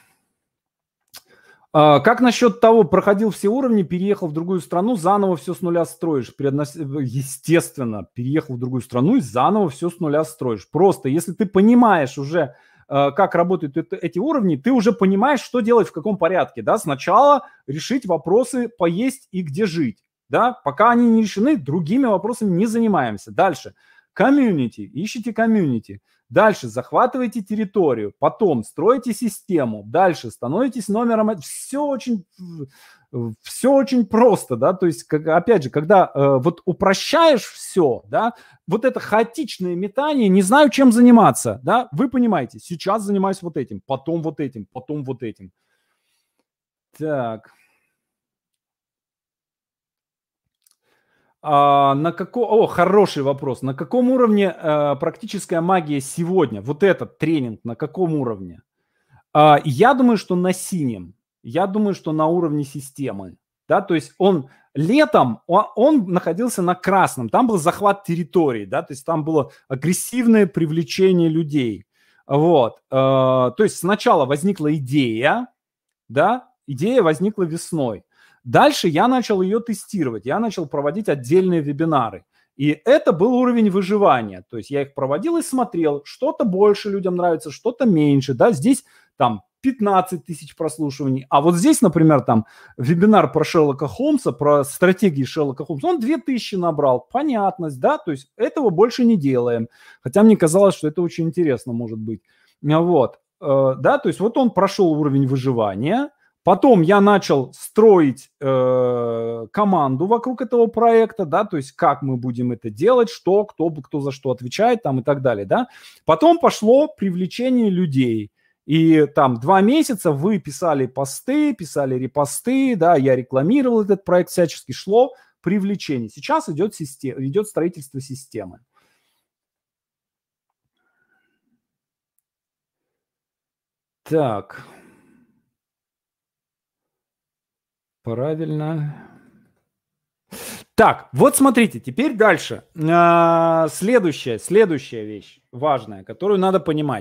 А, как насчет того, проходил все уровни, переехал в другую страну, заново все с нуля строишь? Преднос... Естественно, переехал в другую страну и заново все с нуля строишь. Просто, если ты понимаешь уже, э, как работают это- эти уровни, ты уже понимаешь, что делать, в каком порядке. Да? Сначала решить вопросы поесть и где жить. Да? Пока они не решены, другими вопросами не занимаемся. Дальше. Комьюнити. Ищите комьюнити. Дальше захватываете территорию, потом строите систему, дальше становитесь номером. Все очень, все очень просто, да, то есть, как, опять же, когда э, вот упрощаешь все, да, вот это хаотичное метание, не знаю, чем заниматься, да, вы понимаете, сейчас занимаюсь вот этим, потом вот этим, потом вот этим. Так. А, на каком... О, хороший вопрос. На каком уровне э, практическая магия сегодня? Вот этот тренинг на каком уровне? А, я думаю, что на синем. Я думаю, что на уровне системы. Да, то есть он летом, он, он находился на красном. Там был захват территории, да, то есть там было агрессивное привлечение людей. Вот. Э, то есть сначала возникла идея, да, идея возникла весной. Дальше я начал ее тестировать, я начал проводить отдельные вебинары. И это был уровень выживания. То есть я их проводил и смотрел, что-то больше людям нравится, что-то меньше. Да? Здесь там пятнадцать тысяч прослушиваний. А вот здесь, например, там вебинар про Шерлока Холмса, про стратегии Шерлока Холмса, он две тысячи набрал. Понятность, да? То есть этого больше не делаем. Хотя мне казалось, что это очень интересно может быть. Вот. Да, то есть вот он прошел уровень выживания. Потом я начал строить э, команду вокруг этого проекта, да, то есть как мы будем это делать, что, кто, кто за что отвечает там и так далее, да. Потом пошло привлечение людей. И там два месяца вы писали посты, писали репосты, да, я рекламировал этот проект всячески, шло привлечения. Сейчас идет, система, идет строительство системы. Так. Правильно. Так, вот смотрите, теперь дальше. А, следующая, следующая вещь важная, которую надо понимать.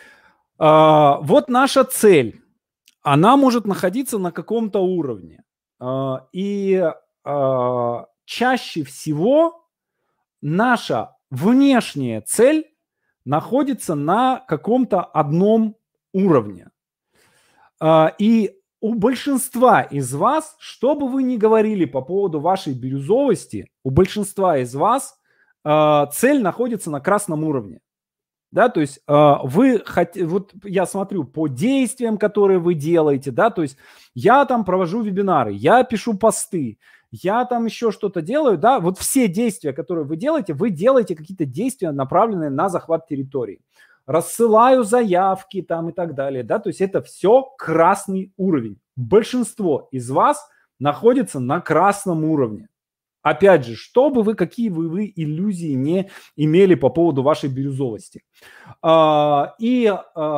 А, вот наша цель. Она может находиться на каком-то уровне. А, и а, чаще всего наша внешняя цель находится на каком-то одном уровне. А, и у большинства из вас, что бы вы ни говорили по поводу вашей бирюзовости, у большинства из вас а, цель находится на красном уровне. Да, то есть э, вы хотите, вот я смотрю по действиям, которые вы делаете, да, то есть я там провожу вебинары, я пишу посты, я там еще что-то делаю, да, вот все действия, которые вы делаете, вы делаете какие-то действия, направленные на захват территории. Рассылаю заявки там и так далее, да, то есть это все красный уровень. Большинство из вас находится на красном уровне. Опять же, чтобы вы, какие бы вы иллюзии не имели по поводу вашей бирюзовости. И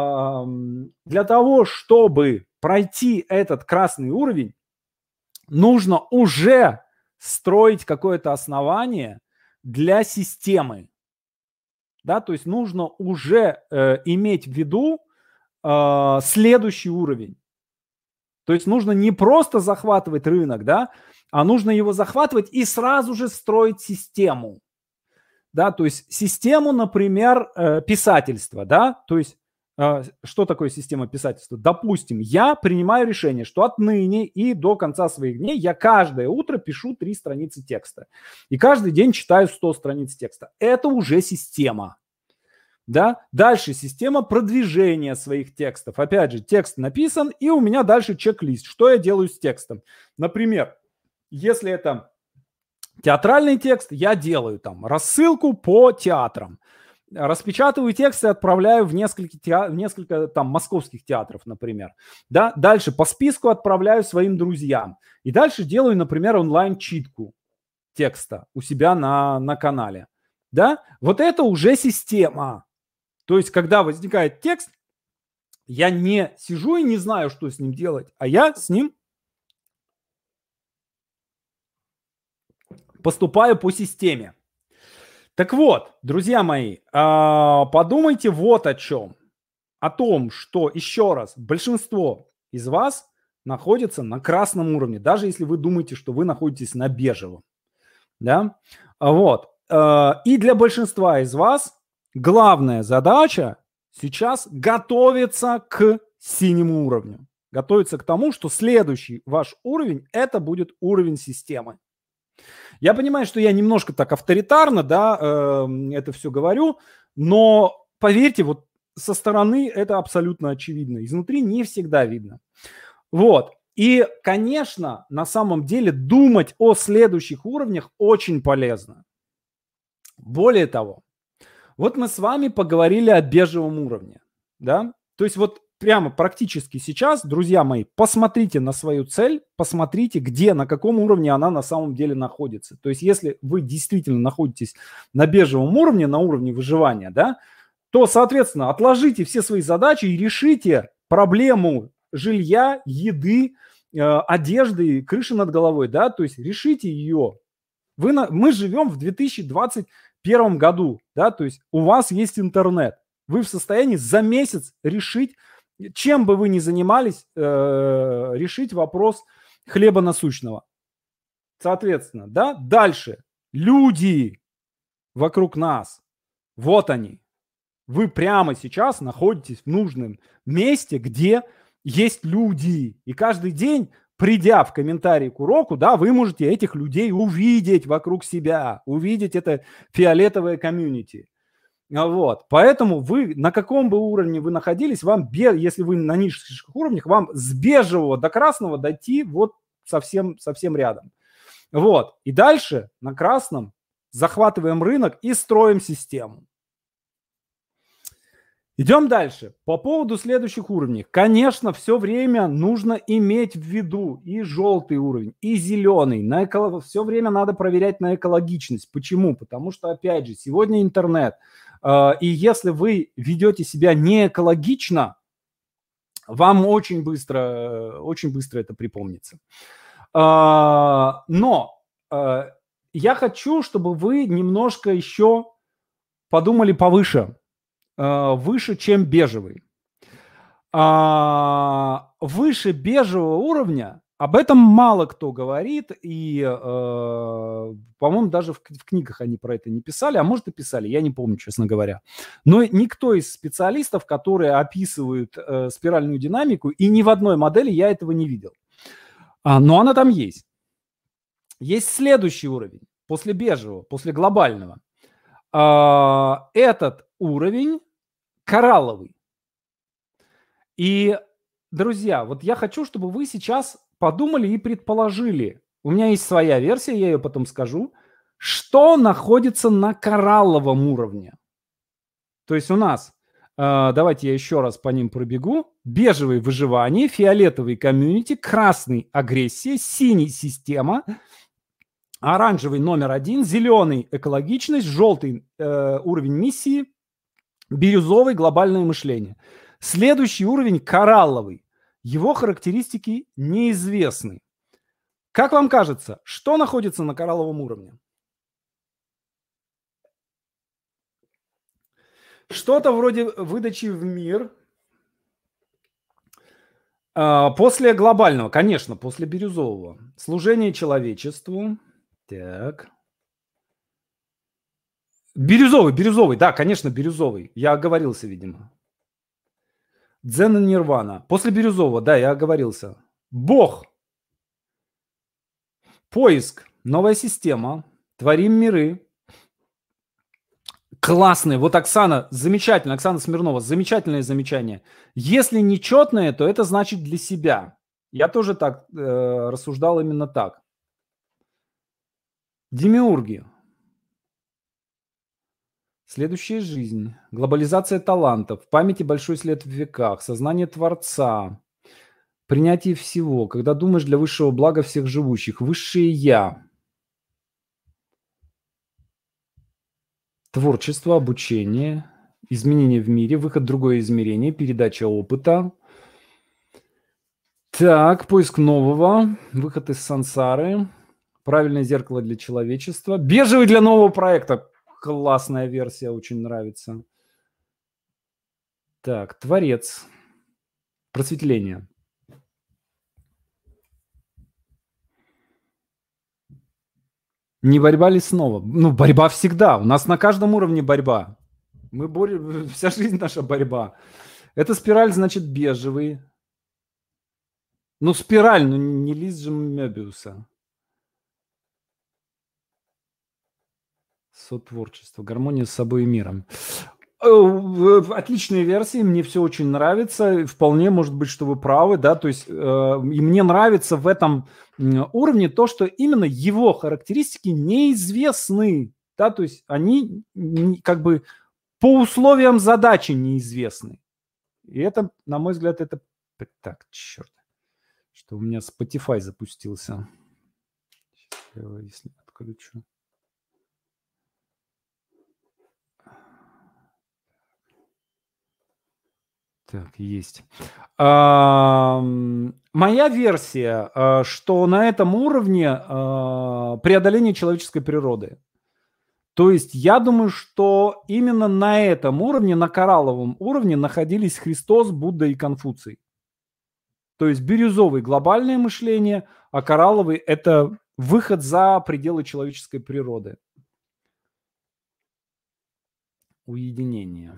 для того, чтобы пройти этот красный уровень, нужно уже строить какое-то основание для системы. Да, то есть нужно уже э, иметь в виду э, следующий уровень. То есть нужно не просто захватывать рынок, да, а нужно его захватывать и сразу же строить систему. Да, то есть систему, например, э, писательства, да, то есть э, что такое система писательства? Допустим, я принимаю решение, что отныне и до конца своих дней я каждое утро пишу три страницы текста. И каждый день читаю сто страниц текста. Это уже система. Да? Дальше система продвижения своих текстов. Опять же, текст написан, и у меня дальше чек-лист. Что я делаю с текстом? Например, если это театральный текст, я делаю там рассылку по театрам. Распечатываю тексты, отправляю в несколько, теа- в несколько там московских театров, например. Да? Дальше по списку отправляю своим друзьям. И дальше делаю, например, онлайн-читку текста у себя на, на канале. Да? Вот это уже система. То есть, когда возникает текст, я не сижу и не знаю, что с ним делать, а я с ним поступаю по системе. Так вот, друзья мои, подумайте вот о чем. О том, что, еще раз, большинство из вас находится на красном уровне, даже если вы думаете, что вы находитесь на бежевом. Да? Вот. И для большинства из вас главная задача сейчас готовиться к синему уровню. Готовиться к тому, что следующий ваш уровень – это будет уровень системы. Я понимаю, что я немножко так авторитарно, да, э, это все говорю, но поверьте, вот со стороны это абсолютно очевидно. Изнутри не всегда видно. Вот. И, конечно, на самом деле думать о следующих уровнях очень полезно. Более того, вот мы с вами поговорили о бежевом уровне, да, то есть вот прямо практически сейчас, друзья мои, посмотрите на свою цель, посмотрите, где, на каком уровне она на самом деле находится. То есть если вы действительно находитесь на бежевом уровне, на уровне выживания, да, то, соответственно, отложите все свои задачи и решите проблему жилья, еды, э, одежды, крыши над головой, да, то есть решите ее. Вы на, мы живем в две тысячи двадцать первом году, да, то есть у вас есть интернет, вы в состоянии за месяц решить, чем бы вы ни занимались, э, решить вопрос хлеба насущного. Соответственно, да, дальше люди вокруг нас, вот они. Вы прямо сейчас находитесь в нужном месте, где есть люди. И каждый день, придя в комментарии к уроку, да, вы можете этих людей увидеть вокруг себя, увидеть это фиолетовое комьюнити. Вот. Поэтому вы, на каком бы уровне вы находились, вам, если вы на низших уровнях, вам с бежевого до красного дойти вот совсем, совсем рядом. Вот. И дальше на красном захватываем рынок и строим систему. Идем дальше. По поводу следующих уровней. Конечно, все время нужно иметь в виду и желтый уровень, и зеленый. На эко... Все время надо проверять на экологичность. Почему? Потому что, опять же, сегодня интернет. Э, и если вы ведете себя не экологично, вам очень быстро, очень быстро это припомнится. Э, но э, я хочу, чтобы вы немножко еще подумали повыше. Выше, чем бежевый. А, выше бежевого уровня об этом мало кто говорит, и, э, по-моему, даже в, в книгах они про это не писали, а может и писали, я не помню, честно говоря. Но никто из специалистов, которые описывают э, спиральную динамику, и ни в одной модели я этого не видел. А, но она там есть. Есть следующий уровень, после бежевого, после глобального. А, этот уровень коралловый. И, друзья, вот я хочу, чтобы вы сейчас подумали и предположили. У меня есть своя версия, я ее потом скажу. Что находится на коралловом уровне? То есть у нас, э, давайте я еще раз по ним пробегу. Бежевый – выживание, фиолетовый – комьюнити, красный – агрессия, синий – система, оранжевый – номер один, зеленый – экологичность, желтый э, – уровень миссии, бирюзовый – глобальное мышление. Следующий уровень – коралловый. Его характеристики неизвестны. Как вам кажется, что находится на коралловом уровне? Что-то вроде выдачи в мир. После глобального, конечно, после бирюзового. Служение человечеству. Так. Бирюзовый, бирюзовый, да, конечно, бирюзовый. Я оговорился, видимо. Дзен и нирвана. После бирюзового, да, я оговорился. Бог. Поиск. Новая система. Творим миры. Классный. Вот Оксана, замечательно. Оксана Смирнова, замечательное замечание. Если нечетное, то это значит для себя. Я тоже так э, рассуждал именно так. Демиурги. Следующая жизнь. Глобализация талантов. В памяти большой след в веках. Сознание Творца. Принятие всего. Когда думаешь для высшего блага всех живущих. Высшее Я. Творчество, обучение. Изменение в мире. Выход в другое измерение. Передача опыта. Так, поиск нового. Выход из сансары. Правильное зеркало для человечества. Бежевый для нового проекта. Классная версия, очень нравится. Так, Творец. Просветление. Не борьба ли снова? Ну, борьба всегда. У нас на каждом уровне борьба. Мы борем, вся жизнь наша борьба. Это спираль, значит, бежевый. Ну, спираль, ну не лист же Мёбиуса. Сотворчество, гармония с собой и миром. Отличные версии, мне все очень нравится. Вполне может быть, что вы правы, да, то есть э, и мне нравится в этом уровне то, что именно его характеристики неизвестны, да, то есть они как бы по условиям задачи неизвестны. И это, на мой взгляд, это... Так, черт, что у меня Spotify запустился. Сейчас я его, если отключу. Так, есть. А, моя версия, а, что на этом уровне а, преодоление человеческой природы. То есть я думаю, что именно на этом уровне, на коралловом уровне находились Христос, Будда и Конфуций. То есть бирюзовый – глобальное мышление, а коралловый – это выход за пределы человеческой природы. Уединение.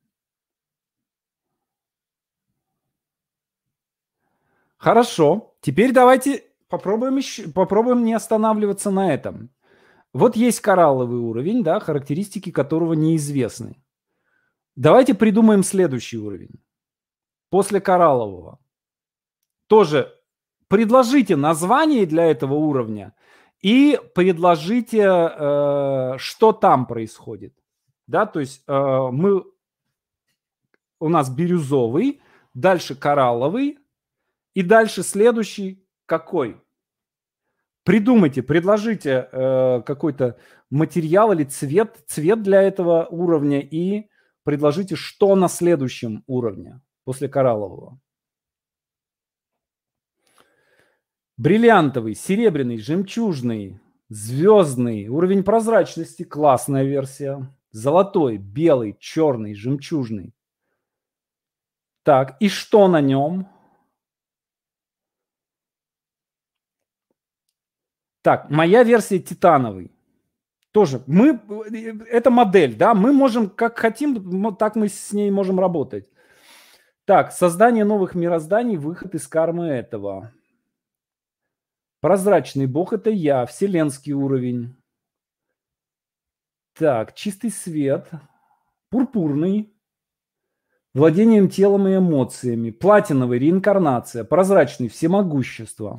Хорошо. Теперь давайте попробуем, еще, попробуем не останавливаться на этом. Вот есть коралловый уровень, да, характеристики которого неизвестны. Давайте придумаем следующий уровень. После кораллового. Тоже предложите название для этого уровня и предложите, э, что там происходит. Да, то есть э, мы у нас бирюзовый, дальше коралловый и дальше следующий какой? Придумайте, предложите э, какой-то материал или цвет, цвет для этого уровня и предложите, что на следующем уровне после кораллового. Бриллиантовый, серебряный, жемчужный, звездный, уровень прозрачности, классная версия. Золотой, белый, черный, жемчужный. Так, и что на нем? Так, моя версия титановый. Тоже мы, это модель, да, мы можем как хотим, так мы с ней можем работать. Так, создание новых мирозданий, выход из кармы этого. Прозрачный бог – это я, вселенский уровень. Так, чистый свет, пурпурный, владением телом и эмоциями, платиновый – реинкарнация, прозрачный – всемогущество.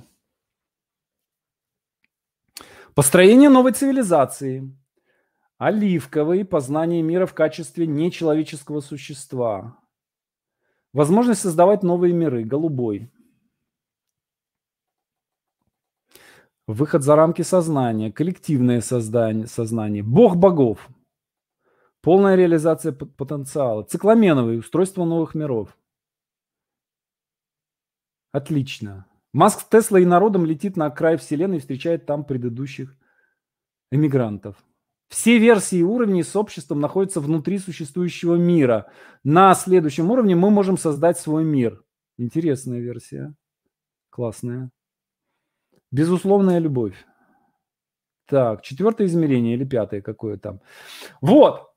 Построение новой цивилизации, оливковый – познание мира в качестве нечеловеческого существа, возможность создавать новые миры, голубой. Выход за рамки сознания, коллективное создание, сознание, бог богов, полная реализация потенциала, цикламеновый, устройство новых миров. Отлично. Маск с Теслой и народом летит на край вселенной и встречает там предыдущих эмигрантов. Все версии уровней с обществом находятся внутри существующего мира. На следующем уровне мы можем создать свой мир. Интересная версия. Классная. Безусловная любовь. Так, четвертое измерение или пятое какое там. Вот.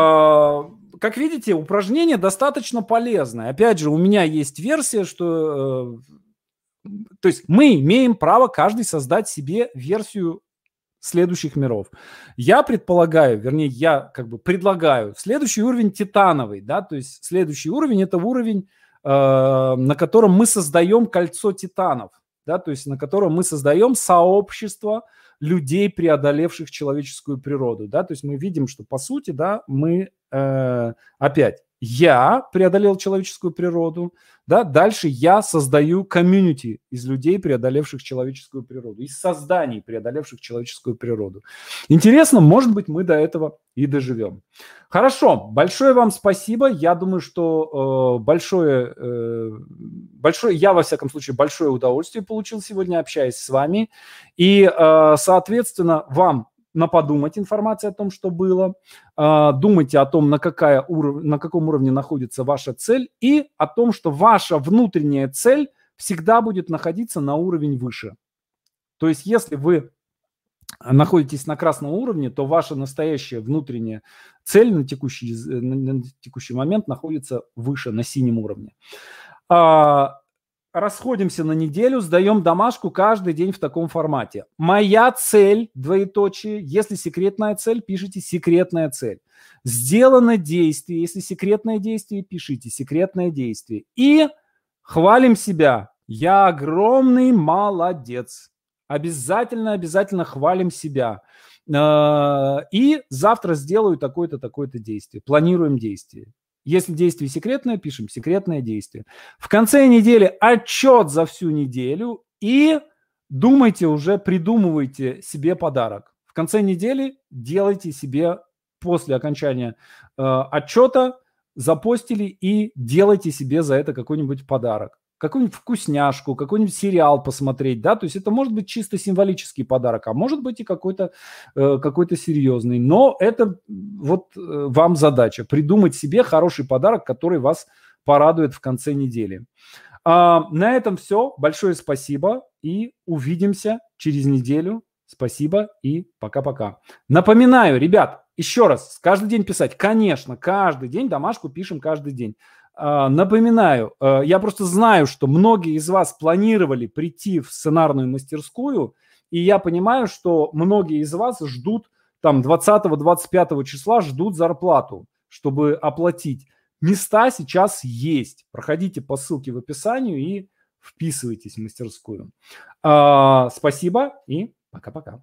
Как видите, упражнение достаточно полезное. Опять же, у меня есть версия, что... То есть мы имеем право каждый создать себе версию следующих миров. Я предполагаю, вернее, я как бы предлагаю следующий уровень титановый, да, то есть следующий уровень – это уровень, э, на котором мы создаем кольцо титанов. Да, то есть на котором мы создаем сообщество людей, преодолевших человеческую природу. Да, то есть мы видим, что по сути, да, мы э, опять я преодолел человеческую природу, да, дальше я создаю комьюнити из людей, преодолевших человеческую природу, из созданий, преодолевших человеческую природу. Интересно, может быть, мы до этого и доживем. Хорошо, большое вам спасибо. Я думаю, что э, большое, э, большое, я, во всяком случае, большое удовольствие получил сегодня, общаясь с вами. И, э, соответственно, вам на подумать информация о том, что было. Э, думайте о том, на, какая уров... на каком уровне находится ваша цель, и о том, что ваша внутренняя цель всегда будет находиться на уровень выше. То есть, если вы находитесь на красном уровне, то ваша настоящая внутренняя цель на текущий, на текущий момент находится выше, на синем уровне. А, расходимся на неделю, сдаем домашку каждый день в таком формате. Моя цель, двоеточие, если секретная цель, пишите секретная цель. Сделано действие, если секретное действие, пишите секретное действие. И хвалим себя. Я огромный молодец. Обязательно, обязательно хвалим себя. И завтра сделаю такое-то, такое-то действие. Планируем действие. Если действие секретное, пишем секретное действие. В конце недели отчет за всю неделю и думайте уже, придумывайте себе подарок. В конце недели делайте себе после окончания э, отчета, запостили и делайте себе за это какой-нибудь подарок. Какую-нибудь вкусняшку, какой-нибудь сериал посмотреть, да, то есть это может быть чисто символический подарок, а может быть и какой-то э, какой-то серьезный, но это вот э, вам задача, придумать себе хороший подарок, который вас порадует в конце недели. А, на этом все, большое спасибо и увидимся через неделю, спасибо и пока-пока. Напоминаю, ребят, еще раз, каждый день писать, конечно, каждый день, домашку пишем каждый день. Напоминаю, я просто знаю, что многие из вас планировали прийти в сценарную мастерскую, и я понимаю, что многие из вас ждут там двадцатого-двадцать пятого числа, ждут зарплату, чтобы оплатить. Места сейчас есть. Проходите по ссылке в описании и вписывайтесь в мастерскую. Спасибо и пока-пока.